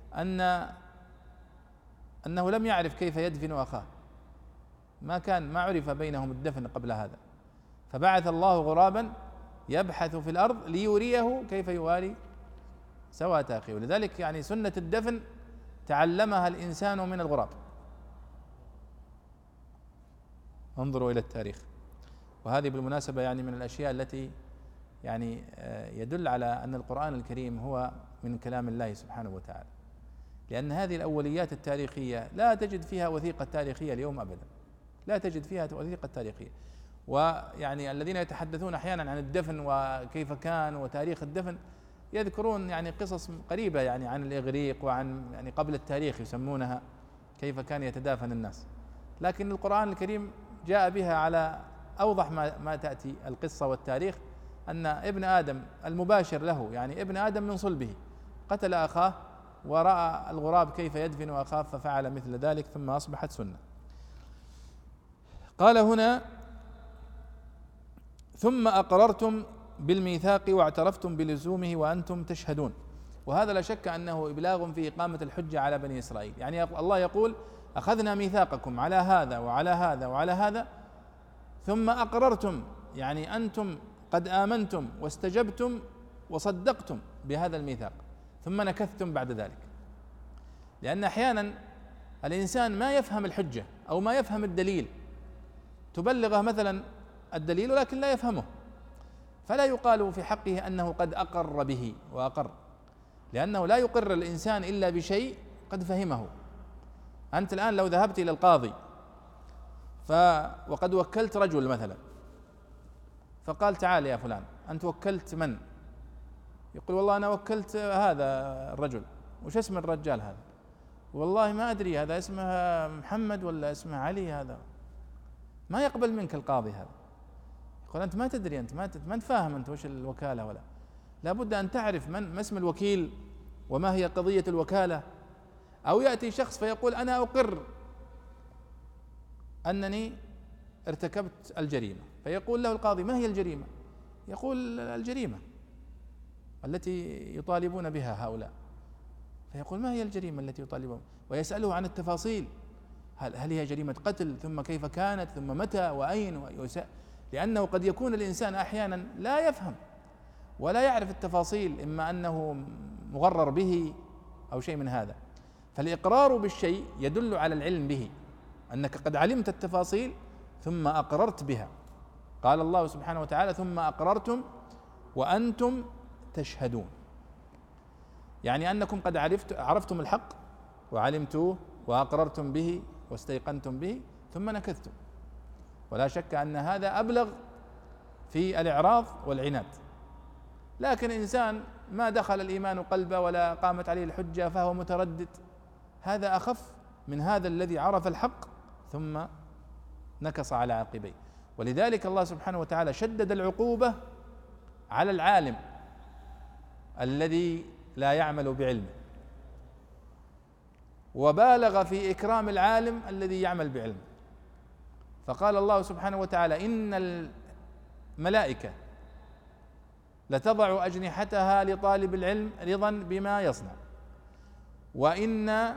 أنه لم يعرف كيف يدفن أخاه، ما عرف بينهم الدفن قبل هذا، فبعث الله غرابا يبحث في الأرض ليريه كيف يواري سوءة أخيه. ولذلك يعني سنة الدفن تعلمها الإنسان من الغراب. انظروا إلى التاريخ. وهذه بالمناسبة يعني من الأشياء التي يعني يدل على أن القرآن الكريم هو من كلام الله سبحانه وتعالى، لأن هذه الأوليات التاريخية لا تجد فيها وثيقة تاريخية اليوم أبدا، لا تجد فيها وثيقة تاريخية. ويعني الذين يتحدثون أحيانا عن الدفن وكيف كان وتاريخ الدفن يذكرون يعني قصص قريبة يعني عن الإغريق وعن يعني قبل التاريخ يسمونها، كيف كان يتدافن الناس. لكن القرآن الكريم جاء بها على أوضح ما تأتي القصة والتاريخ، أن ابن آدم المباشر له، يعني ابن آدم من صلبه، قتل أخاه ورأى الغراب كيف يدفن أخاه ففعل مثل ذلك، ثم أصبحت سنة. قال هنا: ثم أقررتم بالميثاق واعترفتم بلزومه وأنتم تشهدون. وهذا لا شك أنه إبلاغ في إقامة الحجة على بني إسرائيل. يعني الله يقول: أخذنا ميثاقكم على هذا وعلى هذا وعلى هذا، ثم أقررتم، يعني أنتم قد آمنتم واستجبتم وصدقتم بهذا الميثاق، ثم نكثتم بعد ذلك. لأن أحيانا الإنسان ما يفهم الحجة أو ما يفهم الدليل، تبلغه مثلا الدليل ولكن لا يفهمه، فلا يقال في حقه أنه قد أقر به وأقر، لأنه لا يقر الإنسان إلا بشيء قد فهمه. أنت الآن لو ذهبت إلى القاضي وقد وكلت رجل مثلا، فقال: تعال يا فلان، أنت وكلت من؟ يقول: والله أنا وكلت هذا الرجل. وش اسم الرجال هذا؟ والله ما أدري، هذا اسمه محمد ولا اسمه علي. هذا ما يقبل منك القاضي هذا. يقول: أنت ما تدري، أنت ما أنت فاهم أنت وش الوكالة، ولا لابد أن تعرف ما اسم الوكيل وما هي قضية الوكالة. أو يأتي شخص فيقول: أنا أقر أنني ارتكبت الجريمة، فيقول له القاضي: ما هي الجريمة؟ يقول: الجريمة التي يطالبون بها هؤلاء. فيقول: ما هي الجريمة التي يطالبون؟ ويسأله عن التفاصيل، هل هي جريمة قتل، ثم كيف كانت، ثم متى وأين، لأنه قد يكون الإنسان أحيانا لا يفهم ولا يعرف التفاصيل، إما أنه مغرر به أو شيء من هذا. فالإقرار بالشيء يدل على العلم به، أنك قد علمت التفاصيل ثم أقررت بها. قال الله سبحانه وتعالى: ثم أقررتم وأنتم تشهدون، يعني أنكم قد عرفتم الحق وعلمتوه وأقررتم به واستيقنتم به ثم نكثتم. ولا شك أن هذا أبلغ في الإعراض والعناد. لكن إنسان ما دخل الإيمان قلبه ولا قامت عليه الحجة فهو متردد، هذا أخف من هذا الذي عرف الحق ثم نكص على عقبيه. ولذلك الله سبحانه وتعالى شدد العقوبة على العالم الذي لا يعمل بعلمه، وبالغ في إكرام العالم الذي يعمل بعلمه. فقال الله سبحانه وتعالى: إن الملائكة لتضع أجنحتها لطالب العلم رضا بما يصنع، وإن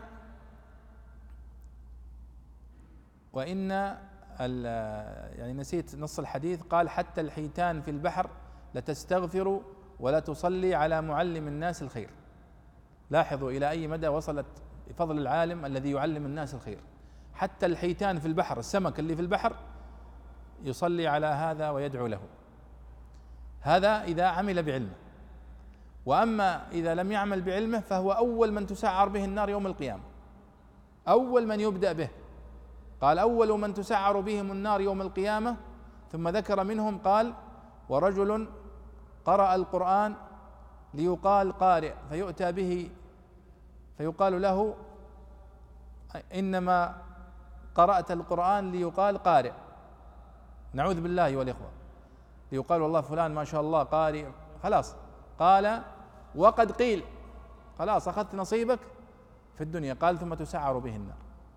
يعني نسيت نص الحديث، قال: حتى الحيتان في البحر لتستغفر ولا تصلي على معلم الناس الخير. لاحظوا إلى أي مدى وصلت فضل العالم الذي يعلم الناس الخير. حتى الحيتان في البحر، السمك اللي في البحر، يصلي على هذا ويدعو له. هذا إذا عمل بعلمه. وأما إذا لم يعمل بعلمه فهو أول من تسعر به النار يوم القيامة، أول من يبدأ به. قال: أول من تسعر بهم النار يوم القيامة، ثم ذكر منهم قال: ورجل قرأ القرآن ليقال قارئ، فيؤتى به فيقال له: إنما قرأت القرآن ليقال قارئ. نعوذ بالله أيها الإخوة، ليقال والله فلان ما شاء الله قارئ، خلاص. قال: وقد قيل، خلاص أخذت نصيبك في الدنيا. قال: ثم تسعر به النار.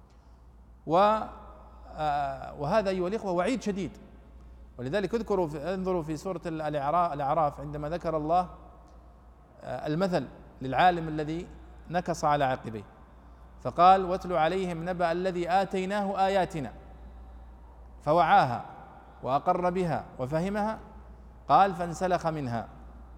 وهذا أيها الإخوة وعيد شديد. ولذلك انظروا في سورة الأعراف عندما ذكر الله المثل للعالم الذي نكص على عقبيه، فقال: واتل عليهم نبأ الذي آتيناه آياتنا فوعاها وأقر بها وفهمها. قال: فانسلخ منها.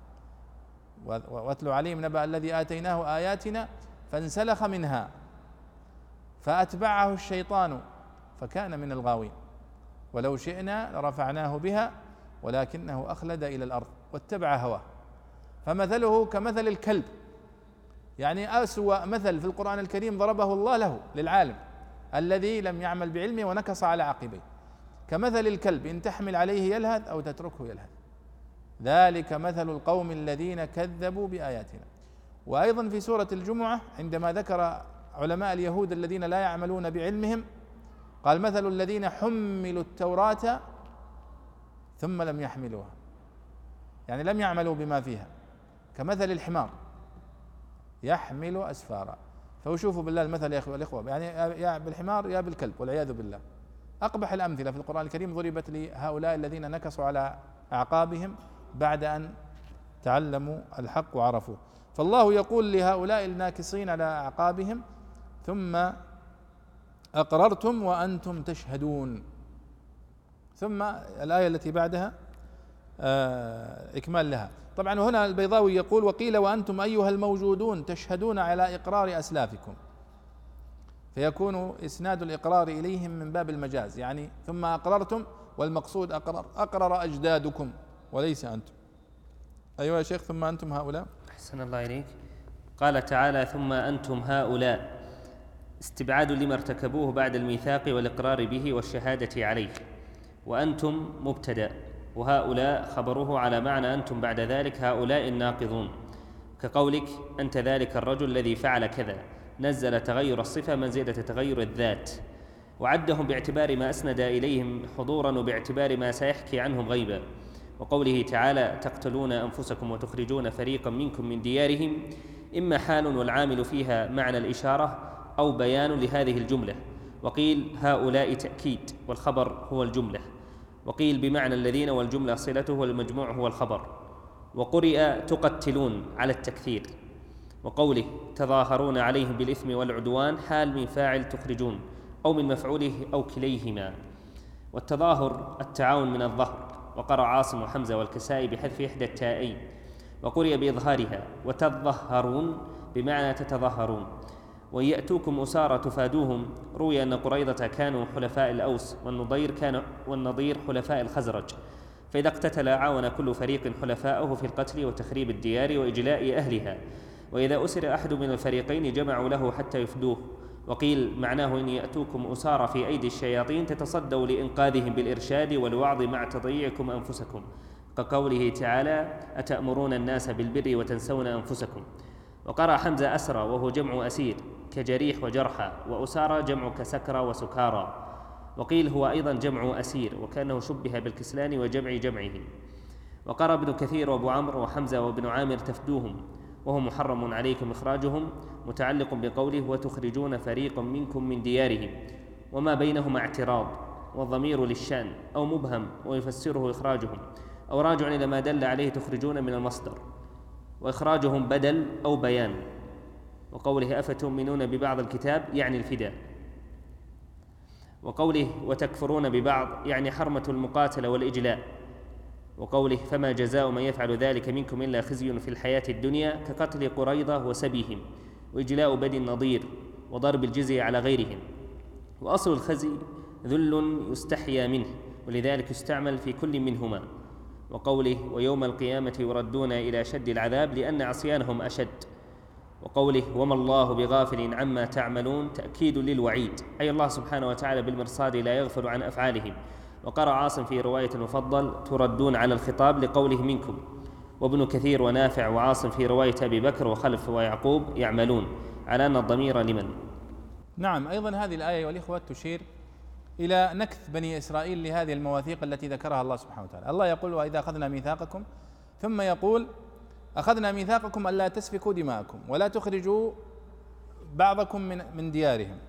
واتل عليهم نبأ الذي آتيناه آياتنا فانسلخ منها فأتبعه الشيطان فكان من الغاوين ولو شئنا لرفعناه بها ولكنه أخلد إلى الأرض واتبع هواه فمثله كمثل الكلب. يعني أسوأ مثل في القرآن الكريم ضربه الله له للعالم الذي لم يعمل بعلمه ونكص على عقبيه: كمثل الكلب إن تحمل عليه يلهث أو تتركه يلهث، ذلك مثل القوم الذين كذبوا بآياتنا. وأيضا في سورة الجمعة عندما ذكر علماء اليهود الذين لا يعملون بعلمهم قال: مثل الذين حملوا التوراة ثم لم يحملوها، يعني لم يعملوا بما فيها، كمثل الحمار يحمل أسفارا. فوشوفوا بالله المثل يا الإخوة، يعني يا بالحمار يا بالكلب والعياذ بالله. أقبح الأمثلة في القرآن الكريم ضربت لهؤلاء الذين نكصوا على أعقابهم بعد أن تعلموا الحق وعرفوه. فالله يقول لهؤلاء الناكصين على أعقابهم: ثم أقررتم وأنتم تشهدون. ثم الآية التي بعدها إكمال لها. طبعا هنا البيضاوي يقول: وقيل وأنتم أيها الموجودون تشهدون على إقرار أسلافكم، فيكون إسناد الإقرار إليهم من باب المجاز، يعني ثم أقررتم والمقصود أقرر أجدادكم وليس أنتم. أيها يا شيخ، ثم أنتم هؤلاء. أحسن الله إليك. قال تعالى: ثم أنتم هؤلاء، استبعاد لما ارتكبوه بعد الميثاق والإقرار به والشهادة عليه، وأنتم مبتدأ، وهؤلاء خبره على معنى أنتم بعد ذلك هؤلاء الناقضون، كقولك: أنت ذلك الرجل الذي فعل كذا، نزل تغير الصفة منزلة تغير الذات، وعدهم باعتبار ما أسند إليهم حضورا وباعتبار ما سيحكي عنهم غيبا. وقوله تعالى: تقتلون أنفسكم وتخرجون فريقا منكم من ديارهم، إما حال والعامل فيها معنى الإشارة أو بيان لهذه الجملة، وقيل هؤلاء تأكيد والخبر هو الجملة، وقيل بمعنى الذين والجملة صلته والمجموع هو الخبر. وقرئ تقتلون على التكثير. وقوله تظاهرون عليهم بالإثم والعدوان حال من فاعل تخرجون أو من مفعوله أو كليهما. والتظاهر التعاون من الظهر، وقرأ عاصم وحمزة والكسائي بحذف إحدى التائين، وقرئ بإظهارها وتظهرون بمعنى تتظاهرون. ويأتوكم أسارى تفادوهم. روي أن قريظة كانوا حلفاء الأوس والنضير حلفاء الخزرج، فإذا اقتتل عاون كل فريق حلفاءه في القتل وتخريب الديار وإجلاء أهلها، وإذا أسر أحد من الفريقين جمعوا له حتى يفدوه. وقيل معناه إن يأتوكم أسارى في أيدي الشياطين تتصدوا لإنقاذهم بالإرشاد والوعظ مع تضييعكم أنفسكم، كقوله تعالى أتأمرون الناس بالبر وتنسون أنفسكم. وقرأ حمزة أسرى وهو جمع أسير كجريح وجرحى، وأسارى جمع كسكرى وسكارى. وقيل هو أيضا جمع أسير، وكأنه شبه بالكسلان وجمع جمعه. وقرأ ابن كثير وابو عمرو وحمزة وابن عامر تفدوهم، وهو محرم عليكم إخراجهم، متعلق بقوله وتخرجون فريقا منكم من ديارهم، وما بينهما اعتراض، والضمير للشأن أو مبهم ويفسره إخراجهم، أو راجع إلى ما دل عليه تخرجون من المصدر، وإخراجهم بدل أو بيان. وقوله أفتؤمنون ببعض الكتاب يعني الفداء. وقوله وتكفرون ببعض يعني حرمة المقاتلة والإجلاء. وقوله فما جزاء من يفعل ذلك منكم إلا خزي في الحياة الدنيا كقتل قريظة وسبيهم وإجلاء بني النضير وضرب الجزية على غيرهم. وأصل الخزي ذل يستحيا منه، ولذلك يستعمل في كل منهما. وقوله ويوم القيامة يردون إلى شد العذاب لأن عصيانهم أشد. وقوله وما الله بغافل عما تعملون تأكيد للوعيد، أي الله سبحانه وتعالى بالمرصاد لا يغفل عن أفعالهم. وقرأ عاصم في رواية المفضل تردون على الخطاب لقوله منكم. وابن كثير ونافع وعاصم في رواية أبي بكر وخلف ويعقوب يعملون على أن الضمير لمن. نعم، أيضا هذه الآية والإخوة تشير إلى نكث بني إسرائيل لهذه المواثيق التي ذكرها الله سبحانه وتعالى. الله يقول وإذا أخذنا ميثاقكم، ثم يقول أخذنا ميثاقكم ألا تسفكوا دماءكم ولا تخرجوا بعضكم من ديارهم،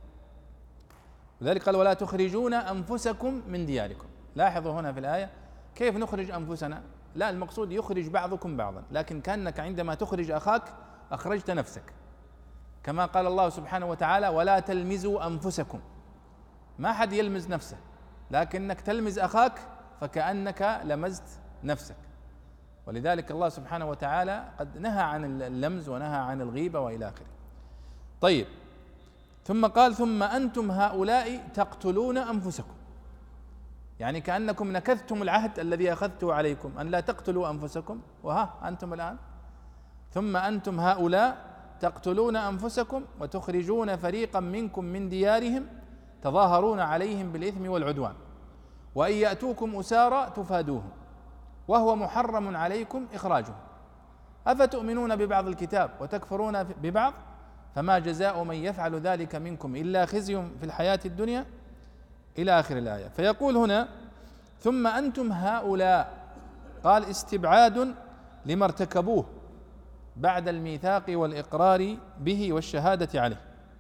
لذلك قال ولا تخرجون أنفسكم من دياركم. لاحظوا هنا في الآية كيف نخرج أنفسنا، لا المقصود يخرج بعضكم بعضا، لكن كأنك عندما تخرج أخاك أخرجت نفسك، كما قال الله سبحانه وتعالى ولا تلمزوا أنفسكم. ما حد يلمز نفسه، لكنك تلمز أخاك فكأنك لمزت نفسك. ولذلك الله سبحانه وتعالى قد نهى عن اللمز ونهى عن الغيبة وإلى آخره. طيب، ثم قال ثم أنتم هؤلاء تقتلون أنفسكم، يعني كأنكم نكثتم العهد الذي أخذته عليكم أن لا تقتلوا أنفسكم، وها أنتم الآن ثم أنتم هؤلاء تقتلون أنفسكم وتخرجون فريقا منكم من ديارهم تظاهرون عليهم بالإثم والعدوان، وإن يأتوكم أسارى تفادوهم وهو محرم عليكم إخراجهم. أفتؤمنون ببعض الكتاب وتكفرون ببعض فما جزاء من يفعل ذلك منكم إلا خزي في الحياة الدنيا إلى آخر الآية. فيقول هنا ثم أنتم هؤلاء، قال استبعاد لما ارتكبوه بعد الميثاق والإقرار به والشهادة عليه،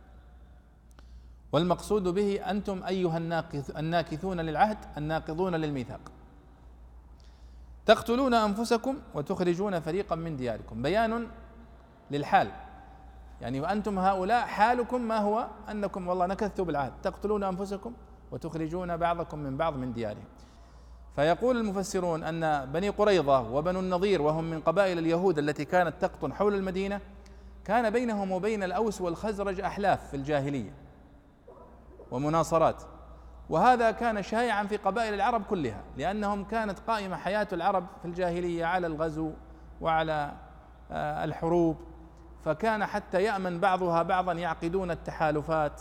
والمقصود به أنتم أيها الناكثون للعهد الناقضون للميثاق، تقتلون أنفسكم وتخرجون فريقا من دياركم، بيان للحال، يعني وأنتم هؤلاء حالكم ما هو أنكم والله نكثتوا بالعهد، تقتلون أنفسكم وتخرجون بعضكم من بعض من ديارهم. فيقول المفسرون أن بني قريظة وبنو النضير وهم من قبائل اليهود التي كانت تقطن حول المدينة كان بينهم وبين الأوس والخزرج أحلاف في الجاهلية ومناصرات، وهذا كان شائعا في قبائل العرب كلها، لأنهم كانت قائمة حياة العرب في الجاهلية على الغزو وعلى الحروب، فكان حتى يأمن بعضها بعضا يعقدون التحالفات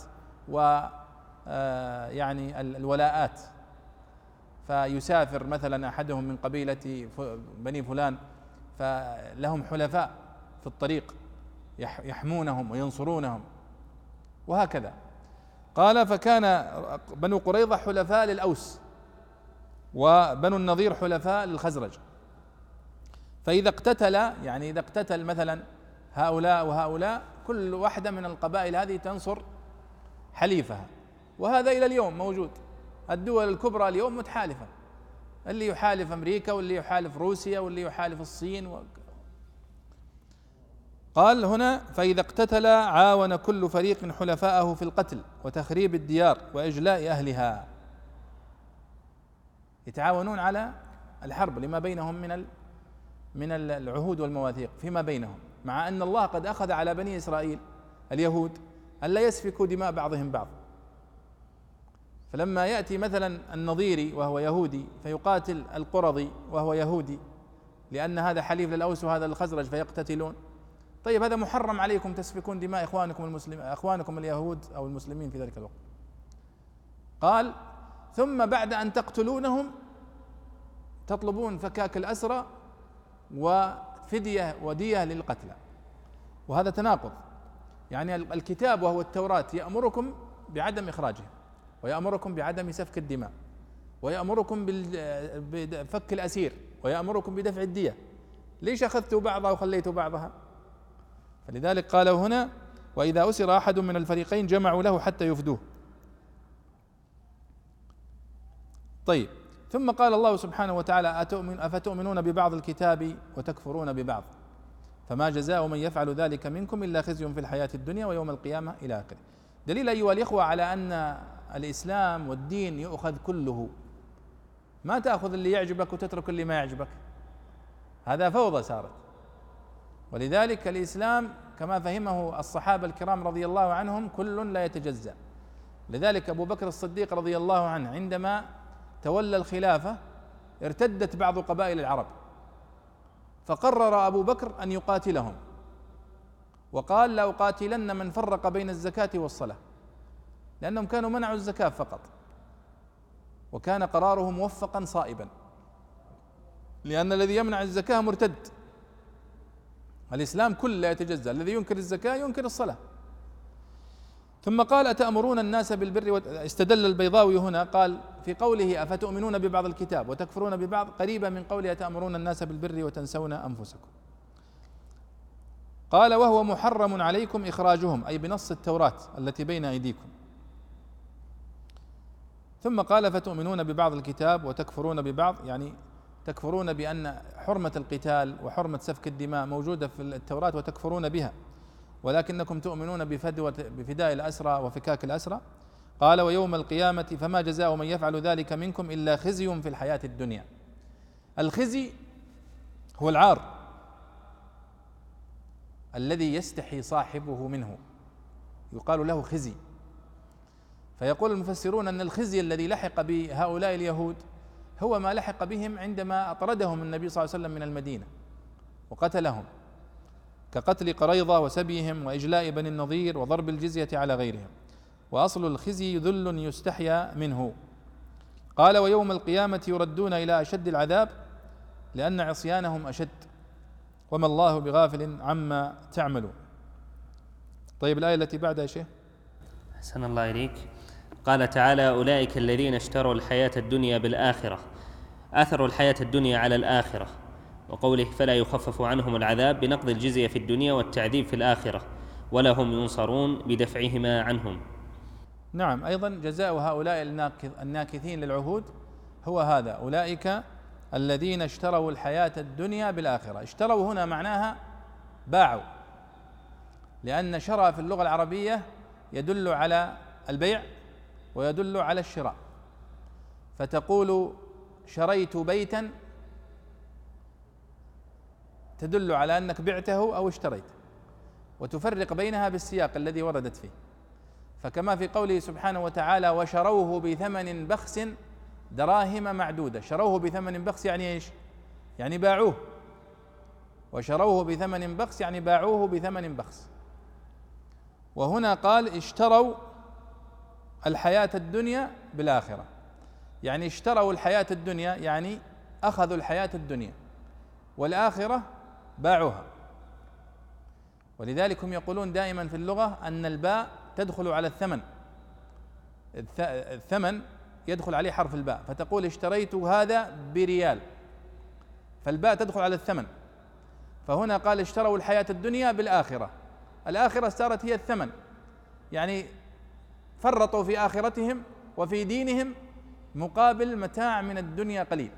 ويعني الولاءات، فيسافر مثلا أحدهم من قبيلة بني فلان فلهم حلفاء في الطريق يحمونهم وينصرونهم وهكذا. قال فكان بنو قريظة حلفاء للأوس وبنو النضير حلفاء للخزرج، فإذا اقتتل يعني إذا اقتتل مثلا هؤلاء وهؤلاء كل واحدة من القبائل هذه تنصر حليفها، وهذا إلى اليوم موجود. الدول الكبرى اليوم متحالفة، اللي يحالف أمريكا واللي يحالف روسيا واللي يحالف الصين قال هنا: فإذا اقتتل عاون كل فريق حلفاءه في القتل وتخريب الديار وإجلاء أهلها. يتعاونون على الحرب لما بينهم من العهود والمواثيق فيما بينهم، مع أن الله قد أخذ على بني إسرائيل اليهود ألا يسفكوا دماء بعضهم بعض. فلما يأتي مثلا النظيري وهو يهودي فيقاتل القرظي وهو يهودي، لأن هذا حليف للأوس وهذا للخزرج فيقتتلون، طيب هذا محرم عليكم تسفكون دماء إخوانكم اليهود أو المسلمين في ذلك الوقت. قال: ثم بعد أن تقتلونهم تطلبون فكاك الأسرى وفدية ودية للقتلى. وهذا تناقض، يعني الكتاب وهو التوراة يأمركم بعدم إخراجهم، ويأمركم بعدم سفك الدماء، ويأمركم بفك الأسير، ويأمركم بدفع الدية، ليش أخذتوا بعضها وخليتوا بعضها؟ فلذلك قالوا هنا: وإذا أسر أحد من الفريقين جمعوا له حتى يفدوه. طيب، ثم قال الله سبحانه وتعالى: أفتؤمنون ببعض الكتاب وتكفرون ببعض فما جزاء من يفعل ذلك منكم إلا خزي في الحياة الدنيا ويوم القيامة إلى آخره. دليل أيها الإخوة على أن الإسلام والدين يؤخذ كله، ما تأخذ اللي يعجبك وتترك اللي ما يعجبك، هذا فوضى صارت. ولذلك الإسلام كما فهمه الصحابة الكرام رضي الله عنهم كل لا يتجزأ. لذلك أبو بكر الصديق رضي الله عنه عندما تولى الخلافة ارتدت بعض قبائل العرب، فقرر أبو بكر أن يقاتلهم، وقال: لا أقاتلن من فرق بين الزكاة والصلاة، لأنهم كانوا منعوا الزكاة فقط، وكان قراره موفقا صائبا، لأن الذي يمنع الزكاة مرتد. الإسلام كله لا يتجزأ، الذي ينكر الزكاة ينكر الصلاة. ثم قال: أتأمرون الناس بالبر استدل البيضاوي هنا قال في قوله: أفتؤمنون ببعض الكتاب وتكفرون ببعض، قريبا من قوله: أتأمرون الناس بالبر وتنسون أنفسكم. قال: وهو محرم عليكم إخراجهم، أي بنص التوراة التي بين أيديكم. ثم قال: فتؤمنون ببعض الكتاب وتكفرون ببعض، يعني تكفرون بأن حرمة القتال وحرمة سفك الدماء موجودة في التوراة وتكفرون بها، ولكنكم تؤمنون بفداء الأسرى وفكاك الأسرى. قال: ويوم القيامة فما جزاء من يفعل ذلك منكم إلا خزي في الحياة الدنيا. الخزي هو العار الذي يستحي صاحبه منه، يقال له خزي. فيقول المفسرون أن الخزي الذي لحق بهؤلاء اليهود هو ما لحق بهم عندما أطردهم النبي صلى الله عليه وسلم من المدينة وقتلهم، كقتل قريظة وسبيهم وإجلاء بني النضير وضرب الجزية على غيرهم. وأصل الخزي ذل يستحيا منه. قال: ويوم القيامة يردون إلى أشد العذاب لأن عصيانهم أشد وما الله بغافل عما تعملون. طيب، الآية التي بعدها يا شيخ. أحسن الله إليك. قال تعالى: أولئك الذين اشتروا الحياة الدنيا بالآخرة، آثروا الحياة الدنيا على الآخرة. وقوله: فلا يخفف عنهم العذاب بنقض الجزية في الدنيا والتعذيب في الآخرة ولا هم ينصرون بدفعهما عنهم. نعم، أيضا جزاء هؤلاء الناكثين للعهود هو هذا: أولئك الذين اشتروا الحياة الدنيا بالآخرة. اشتروا هنا معناها باعوا، لأن شرى في اللغة العربية يدل على البيع ويدل على الشراء، فتقول شريت بيتا تدل على أنك بعته أو اشتريت، وتفرق بينها بالسياق الذي وردت فيه. فكما في قوله سبحانه وتعالى: وشروه بثمن بخس دراهم معدودة. شروه بثمن بخس يعني ايش؟ يعني باعوه. وشروه بثمن بخس يعني باعوه بثمن بخس. وهنا قال: اشتروا الحياة الدنيا بالآخرة، يعني اشتروا الحياة الدنيا يعني أخذوا الحياة الدنيا، والآخرة باعوها. ولذلك هم يقولون دائما في اللغة أن الباء تدخل على الثمن، الثمن يدخل عليه حرف الباء، فتقول اشتريت هذا بريال، فالباء تدخل على الثمن. فهنا قال: اشتروا الحياة الدنيا بالآخرة، الآخرة صارت هي الثمن، يعني فرطوا في آخرتهم وفي دينهم مقابل متاع من الدنيا قليل.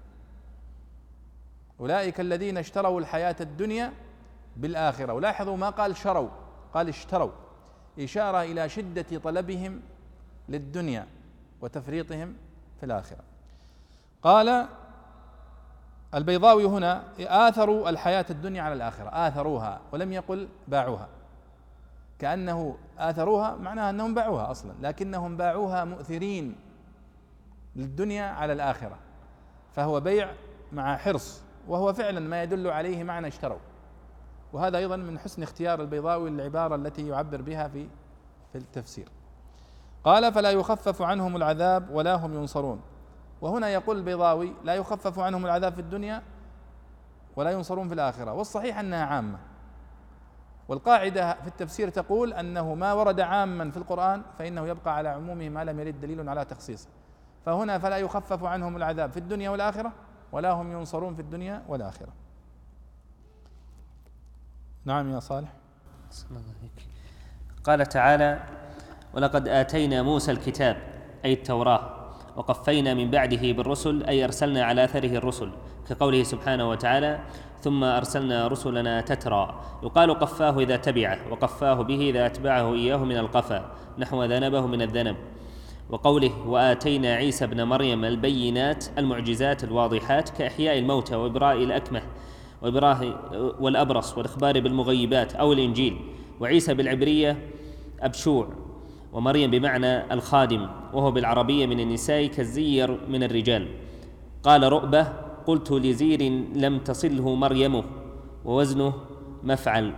أولئك الذين اشتروا الحياة الدنيا بالآخرة. ولاحظوا ما قال شروا، قال اشتروا، إشارة إلى شدة طلبهم للدنيا وتفريطهم في الآخرة. قال البيضاوي هنا آثروا الحياة الدنيا على الآخرة، آثروها، ولم يقل باعوها، كأنه آثروها معناها أنهم باعوها أصلا، لكنهم باعوها مؤثرين للدنيا على الآخرة، فهو بيع مع حرص، وهو فعلا ما يدل عليه معنى اشتروا. وهذا أيضا من حسن اختيار البيضاوي العبارة التي يعبر بها في التفسير. قال فلا يخفف عنهم العذاب ولا هم ينصرون. وهنا يقول البيضاوي لا يخفف عنهم العذاب في الدنيا ولا ينصرون في الآخرة، والصحيح أنها عامة، والقاعدة في التفسير تقول أنه ما ورد عاما في القرآن فإنه يبقى على عمومه ما لم يرد دليل على تخصيصه. فهنا فلا يخفف عنهم العذاب في الدنيا والآخرة ولا هم ينصرون في الدنيا والآخرة. نعم يا صالح. قال تعالى ولقد آتينا موسى الكتاب أي التوراة وقفينا من بعده بالرسل أي أرسلنا على أثره الرسل، كقوله سبحانه وتعالى ثم أرسلنا رسلنا تترى. يقال قفاه إذا تبعه، وقفاه به إذا أتبعه إياه من القفا نحو ذنبه من الذنب. وقوله وآتينا عيسى ابن مريم البينات المعجزات الواضحات كإحياء الموتى وإبراء الأكمه والأبرص والإخبار بالمغيبات أو الإنجيل. وعيسى بالعبرية أبشوع، ومريم بمعنى الخادم، وهو بالعربية من النساء كالزير من الرجال. قال رؤبة قلت لزير لم تصله مريمه، ووزنه مفعل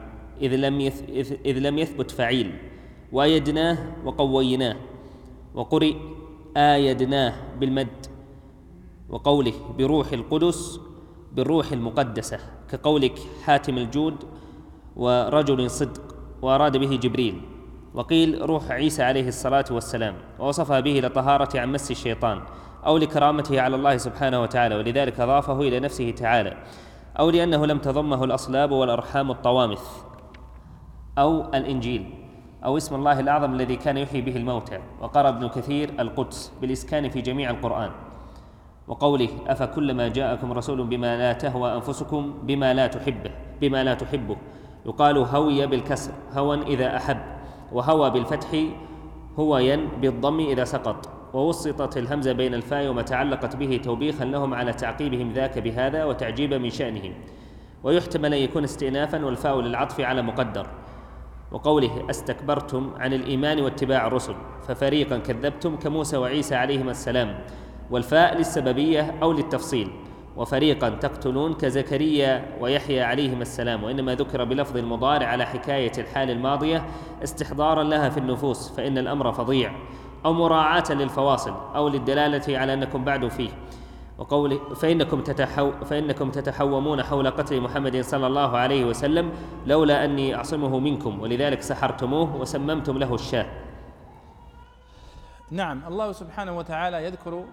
إذ لم يثبت فعيل. وأيدناه وقويناه، وقرئ آيدناه بالمد. وقوله بروح القدس بالروح المقدسة، كقولك حاتم الجود ورجل صدق، وأراد به جبريل. وقيل روح عيسى عليه الصلاة والسلام، ووصفها به لطهارة عن مس الشيطان أو لكرامته على الله سبحانه وتعالى، ولذلك أضافه إلى نفسه تعالى، أو لأنه لم تضمه الأصلاب والأرحام الطوامث، أو الإنجيل، أو اسم الله الأعظم الذي كان يحيي به الموتى. وقرأ ابن كثير القدس بالإسكان في جميع القرآن. وقوله أفكلما جاءكم رسول بما لا تهوى أنفسكم بما لا تحبه، يقال هوي بالكسر هوى إذا أحب، وهوى بالفتح هويا بالضم إذا سقط. ووسطت الهمزة بين الفاء وما تعلقت به توبيخا لهم على تعقيبهم ذاك بهذا وتعجيبا من شأنهم، ويحتمل أن يكون استئنافا والفاء للعطف على مقدر. وقوله استكبرتم عن الإيمان واتباع الرسل ففريقا كذبتم كموسى وعيسى عليهما السلام، والفاء للسببية أو للتفصيل. وفريقا تقتلون كزكريا ويحيى عليهما السلام، وإنما ذكر بلفظ المضارع على حكاية الحال الماضية استحضارا لها في النفوس، فإن الأمر فظيع، أو مراعاة للفواصل، أو للدلالة على أنكم بعد فيه. وقوله فإنكم تتحومون حول قتل محمد صلى الله عليه وسلم لولا أني أعصمه منكم، ولذلك سحرتموه وسممتم له الشاه. نعم، الله سبحانه وتعالى يذكر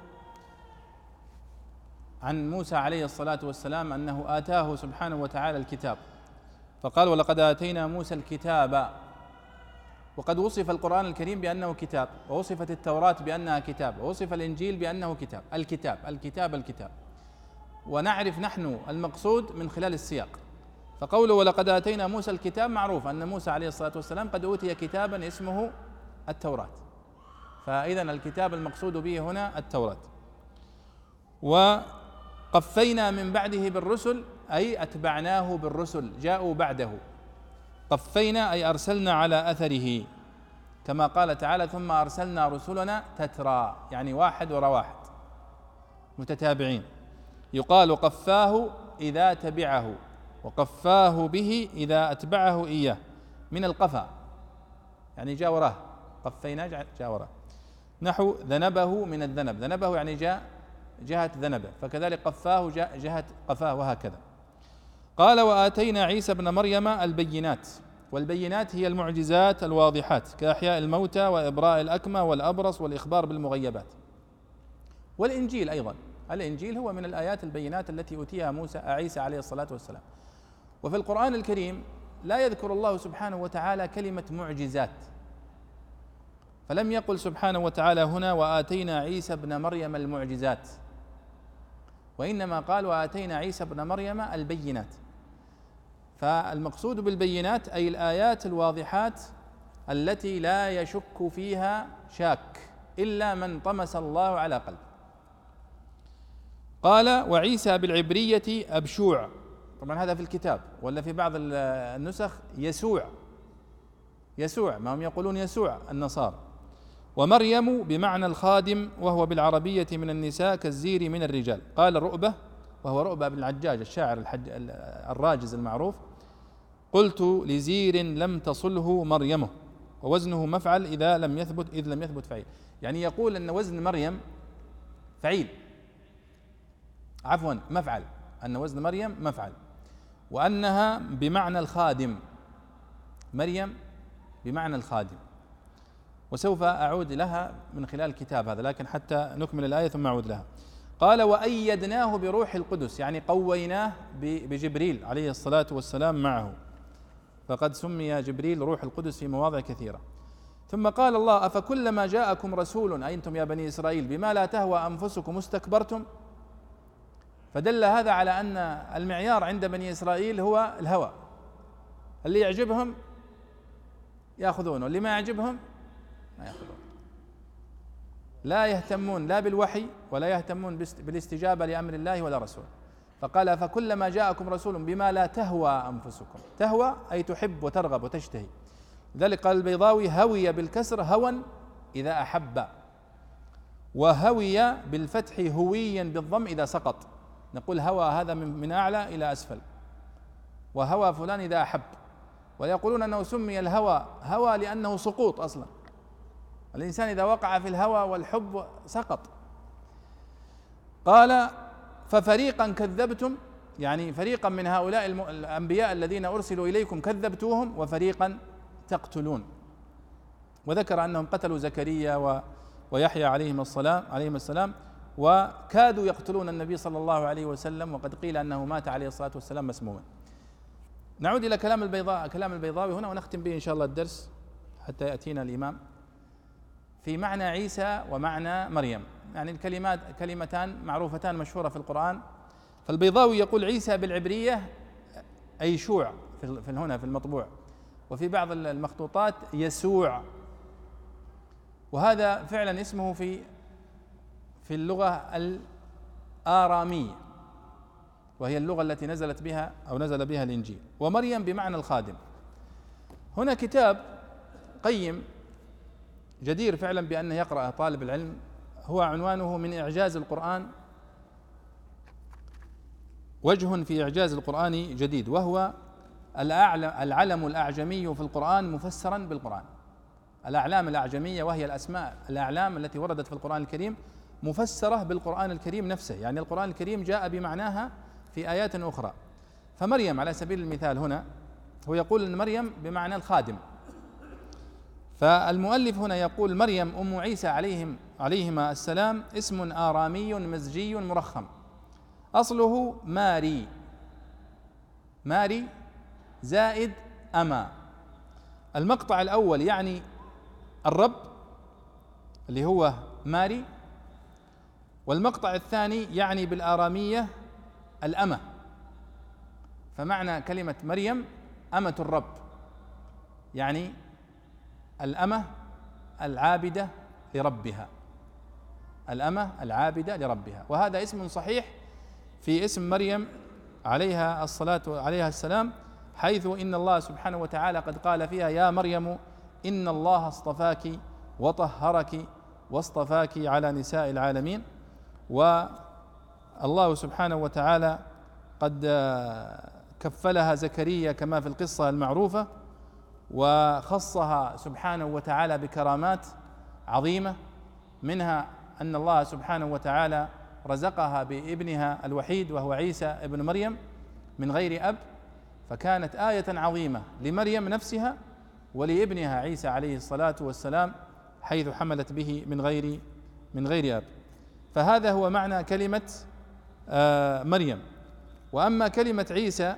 عن موسى عليه الصلاة والسلام أنه آتاه سبحانه وتعالى الكتاب، فقال ولقد آتينا موسى الكتاب. وقد وصف القرآن الكريم بأنه كتاب، ووصفت التوراة بأنها كتاب، ووصف الإنجيل بأنه كتاب. الكتاب ونعرف نحن المقصود من خلال السياق. فقوله ولقد آتينا موسى الكتاب معروف أن موسى عليه الصلاة والسلام قد أوتي كتابا اسمه التوراة، فإذا الكتاب المقصود به هنا التوراة. وقفينا من بعده بالرسل أي أتبعناه بالرسل، جاءوا بعده. قفينا أي أرسلنا على أثره، كما قال تعالى ثم أرسلنا رسلنا تترى، يعني واحد وراء واحد متتابعين. يقال قفاه إذا تبعه، وقفاه به إذا أتبعه إياه، من القفا يعني جاء وراه، قفينا جاء وراه، نحو ذنبه من الذنب، ذنبه يعني جاء جهة ذنبه، فكذلك قفاه جاء جهة قفاه، وهكذا. قال وآتينا عيسى ابن مريم البينات، والبينات هي المعجزات الواضحات كإحياء الموتى وإبراء الأكمه والأبرص والإخبار بالمغيبات. والإنجيل أيضا، الإنجيل هو من الآيات البينات التي أوتيها عيسى عليه الصلاة والسلام. وفي القرآن الكريم لا يذكر الله سبحانه وتعالى كلمة معجزات، فلم يقل سبحانه وتعالى هنا وآتينا عيسى ابن مريم المعجزات، وإنما قال وآتينا عيسى ابن مريم البينات. فالمقصود بالبينات أي الآيات الواضحات التي لا يشك فيها شاك إلا من طمس الله على قلبه. قال وعيسى بالعبرية أبشوع، طبعا هذا في الكتاب، ولا في بعض النسخ يسوع، يسوع، ما هم يقولون يسوع النصارى. ومريم بمعنى الخادم، وهو بالعربية من النساء كالزير من الرجال. قال رؤبة، وهو رؤبة بن الحجاج الشاعر الراجز المعروف: قلت لزير لم تصله مريمه، ووزنه مفعل إذ لم يثبت فعيل. يعني يقول أن وزن مريم فعيل، عفوا مفعل، أن وزن مريم مفعل، وأنها بمعنى الخادم، مريم بمعنى الخادم. وسوف أعود لها من خلال الكتاب هذا، لكن حتى نكمل الآية ثم أعود لها. قال وأيدناه بروح القدس، يعني قويناه بجبريل عليه الصلاة والسلام معه، فقد سمي جبريل روح القدس في مواضع كثيرة. ثم قال الله أفكلما جاءكم رسول أنتم يا بني إسرائيل بما لا تهوى أنفسكم استكبرتم. فدل هذا على أن المعيار عند بني إسرائيل هو الهوى، اللي يعجبهم يأخذونه، اللي ما يعجبهم ما يأخذون، لا يهتمون لا بالوحي ولا يهتمون بالاستجابة لأمر الله ولا رسول. فقال فكلما جاءكم رسول بما لا تهوى أنفسكم، تهوى أي تحب وترغب وتشتهي. لذلك قال البيضاوي هوي بالكسر هوى إذا أحب، وهوي بالفتح هويا بالضم إذا سقط. نقول هوى هذا من أعلى إلى أسفل، وهوى فلان إذا أحب. ويقولون أنه سمي الهوى هوى لأنه سقوط أصلا، الإنسان إذا وقع في الهوى والحب سقط. قال ففريقا كذبتم، يعني فريقا من هؤلاء الأنبياء الذين أرسلوا إليكم كذبتوهم، وفريقا تقتلون. وذكر أنهم قتلوا زكريا ويحيى عليهم السلام، وكادوا يقتلون النبي صلى الله عليه وسلم، وقد قيل أنه مات عليه الصلاة والسلام مسموما. نعود إلى كلام البيضاوي هنا ونختم به إن شاء الله الدرس حتى يأتينا الإمام في معنى عيسى ومعنى مريم. يعني الكلمات كلمتان معروفتان مشهورة في القرآن. فالبيضاوي يقول عيسى بالعبرية أي شوع هنا في المطبوع، وفي بعض المخطوطات يسوع، وهذا فعلا اسمه في اللغة الآرامية، وهي اللغة التي نزل بها الإنجيل. ومريم بمعنى الخادم. هنا كتاب قيم جدير فعلا بأنه يقرأ طالب العلم، هو عنوانه من إعجاز القرآن وجه في إعجاز القرآن جديد، وهو العلم الأعجمي في القرآن مفسرا بالقرآن. الأعلام الأعجمية وهي الأسماء الأعلام التي وردت في القرآن الكريم مفسرة بالقرآن الكريم نفسه، يعني القرآن الكريم جاء بمعناها في آيات أخرى. فمريم على سبيل المثال هنا هو يقول أن مريم بمعنى الخادم، فالمؤلف هنا يقول مريم أم عيسى عليهما السلام اسم آرامي مزجي مرخم، أصله ماري زائد أما. المقطع الأول يعني الرب اللي هو ماري، والمقطع الثاني يعني بالآرامية الأمة. فمعنى كلمة مريم أمة الرب، يعني الأمة العابدة لربها، الأمة العابدة لربها. وهذا اسم صحيح في اسم مريم عليها السلام، حيث إن الله سبحانه وتعالى قد قال فيها يا مريم إن الله اصطفاك وطهرك واصطفاك على نساء العالمين. والله سبحانه وتعالى قد كفلها زكريا كما في القصة المعروفة، وخصها سبحانه وتعالى بكرامات عظيمة، منها أن الله سبحانه وتعالى رزقها بابنها الوحيد وهو عيسى ابن مريم من غير أب، فكانت آية عظيمة لمريم نفسها ولابنها عيسى عليه الصلاة والسلام، حيث حملت به من غير أب. فهذا هو معنى كلمة مريم. وأما كلمة عيسى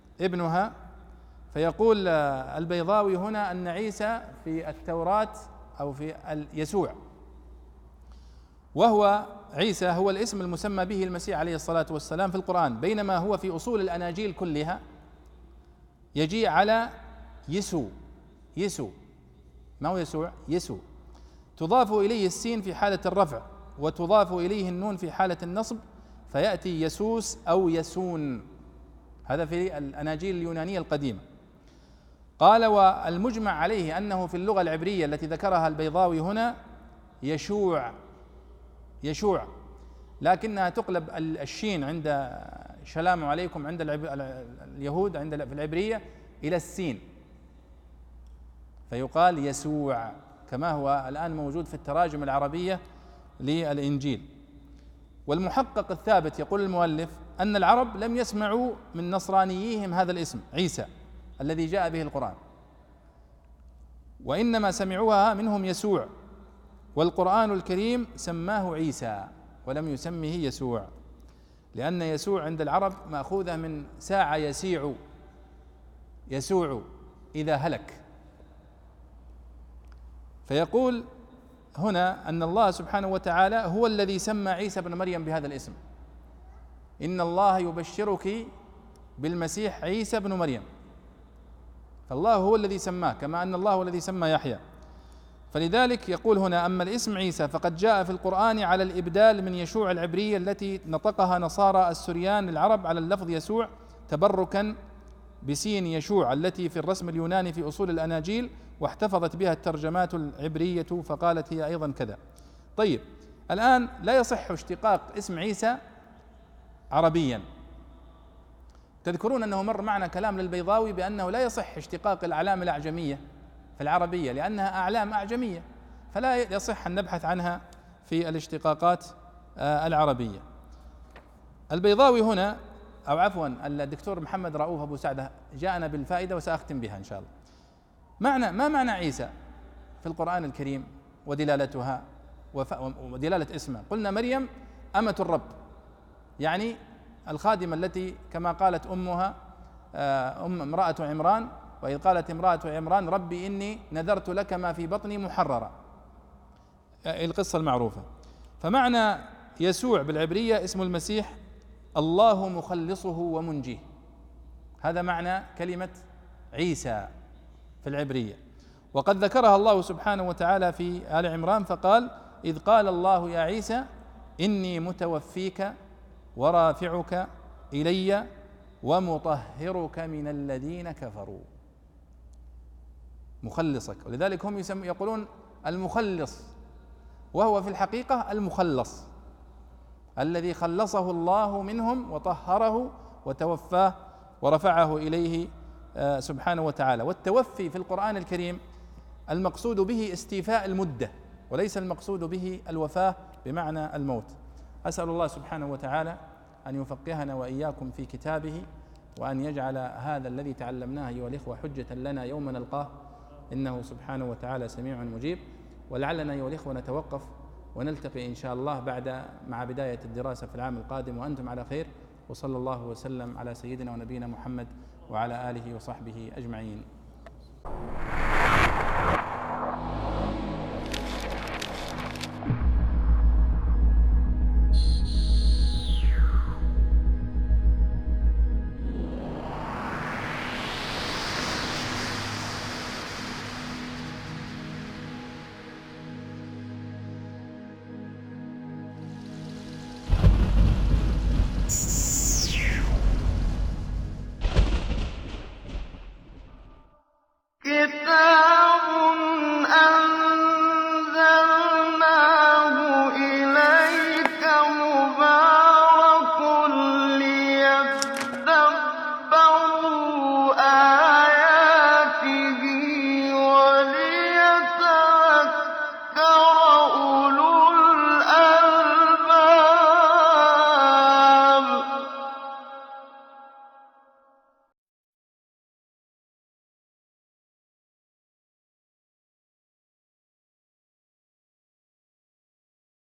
ابنها فيقول البيضاوي هنا أن عيسى في التوراة أو في يسوع، وهو عيسى هو الاسم المسمى به المسيح عليه الصلاة والسلام في القرآن، بينما هو في أصول الأناجيل كلها يجيء على يسوع، ما هو يسوع؟ يسوع، تضاف إليه السين في حالة الرفع، وتضاف إليه النون في حالة النصب، فيأتي يسوس أو يسون. هذا في الأناجيل اليونانية القديمة. قال: والمجمع عليه أنه في اللغة العبرية التي ذكرها البيضاوي هنا يشوع، لكنها تقلب الشين عند سلام عليكم عند اليهود في العبرية إلى السين، فيقال يسوع، كما هو الآن موجود في التراجم العربية للإنجيل. والمحقق الثابت يقول المؤلف أن العرب لم يسمعوا من نصرانيهم هذا الاسم عيسى الذي جاء به القرآن، وإنما سمعوها منهم يسوع، والقرآن الكريم سماه عيسى ولم يسمه يسوع، لأن يسوع عند العرب مأخوذة من ساعة يسوع إذا هلك. فيقول هنا أن الله سبحانه وتعالى هو الذي سمى عيسى بن مريم بهذا الاسم: إن الله يبشرك بالمسيح عيسى بن مريم، فالله هو الذي سماه، كما أن الله هو الذي سمى يحيى. فلذلك يقول هنا: أما الاسم عيسى فقد جاء في القرآن على الإبدال من يشوع العبرية التي نطقها نصارى السريان العرب على اللفظ يسوع، تبركا بسين يشوع التي في الرسم اليوناني في أصول الأناجيل، واحتفظت بها الترجمات العبرية فقالت هي أيضا كذا. طيب، الآن لا يصح اشتقاق اسم عيسى عربيا. تذكرون أنه مر معنا كلام للبيضاوي بأنه لا يصح اشتقاق الأعلام الأعجمية في العربية لأنها أعلام أعجمية، فلا يصح أن نبحث عنها في الاشتقاقات العربية. البيضاوي هنا، أو عفوا الدكتور محمد رؤوف أبو سعدة جاءنا بالفائدة وسأختم بها إن شاء الله. ما معنى عيسى في القرآن الكريم ودلالتها ودلالة اسمه؟ قلنا مريم أمة الرب، يعني الخادمة التي كما قالت أمها امرأة عمران: وإذ قالت امرأة عمران ربي إني نذرت لك ما في بطني محررا، القصة المعروفة. فمعنى يسوع بالعبرية اسم المسيح الله مخلصه ومنجيه، هذا معنى كلمة عيسى في العبرية. وقد ذكرها الله سبحانه وتعالى في آل عمران فقال: إذ قال الله يا عيسى إني متوفيك ورافعك إلي ومطهرك من الذين كفروا، مخلصك. ولذلك هم يقولون المخلص، وهو في الحقيقة المخلص الذي خلصه الله منهم وطهره وتوفاه ورفعه إليه سبحانه وتعالى. والتوفي في القرآن الكريم المقصود به استيفاء المدة، وليس المقصود به الوفاة بمعنى الموت. أسأل الله سبحانه وتعالى أن يفقهنا وإياكم في كتابه، وأن يجعل هذا الذي تعلمناه أيها الإخوة حجة لنا يوم نلقاه، إنه سبحانه وتعالى سميع مجيب. ولعلنا أيها الإخوة نتوقف ونلتقي إن شاء الله مع بداية الدراسة في العام القادم وأنتم على خير، وصلى الله وسلم على سيدنا ونبينا محمد وعلى آله وصحبه أجمعين.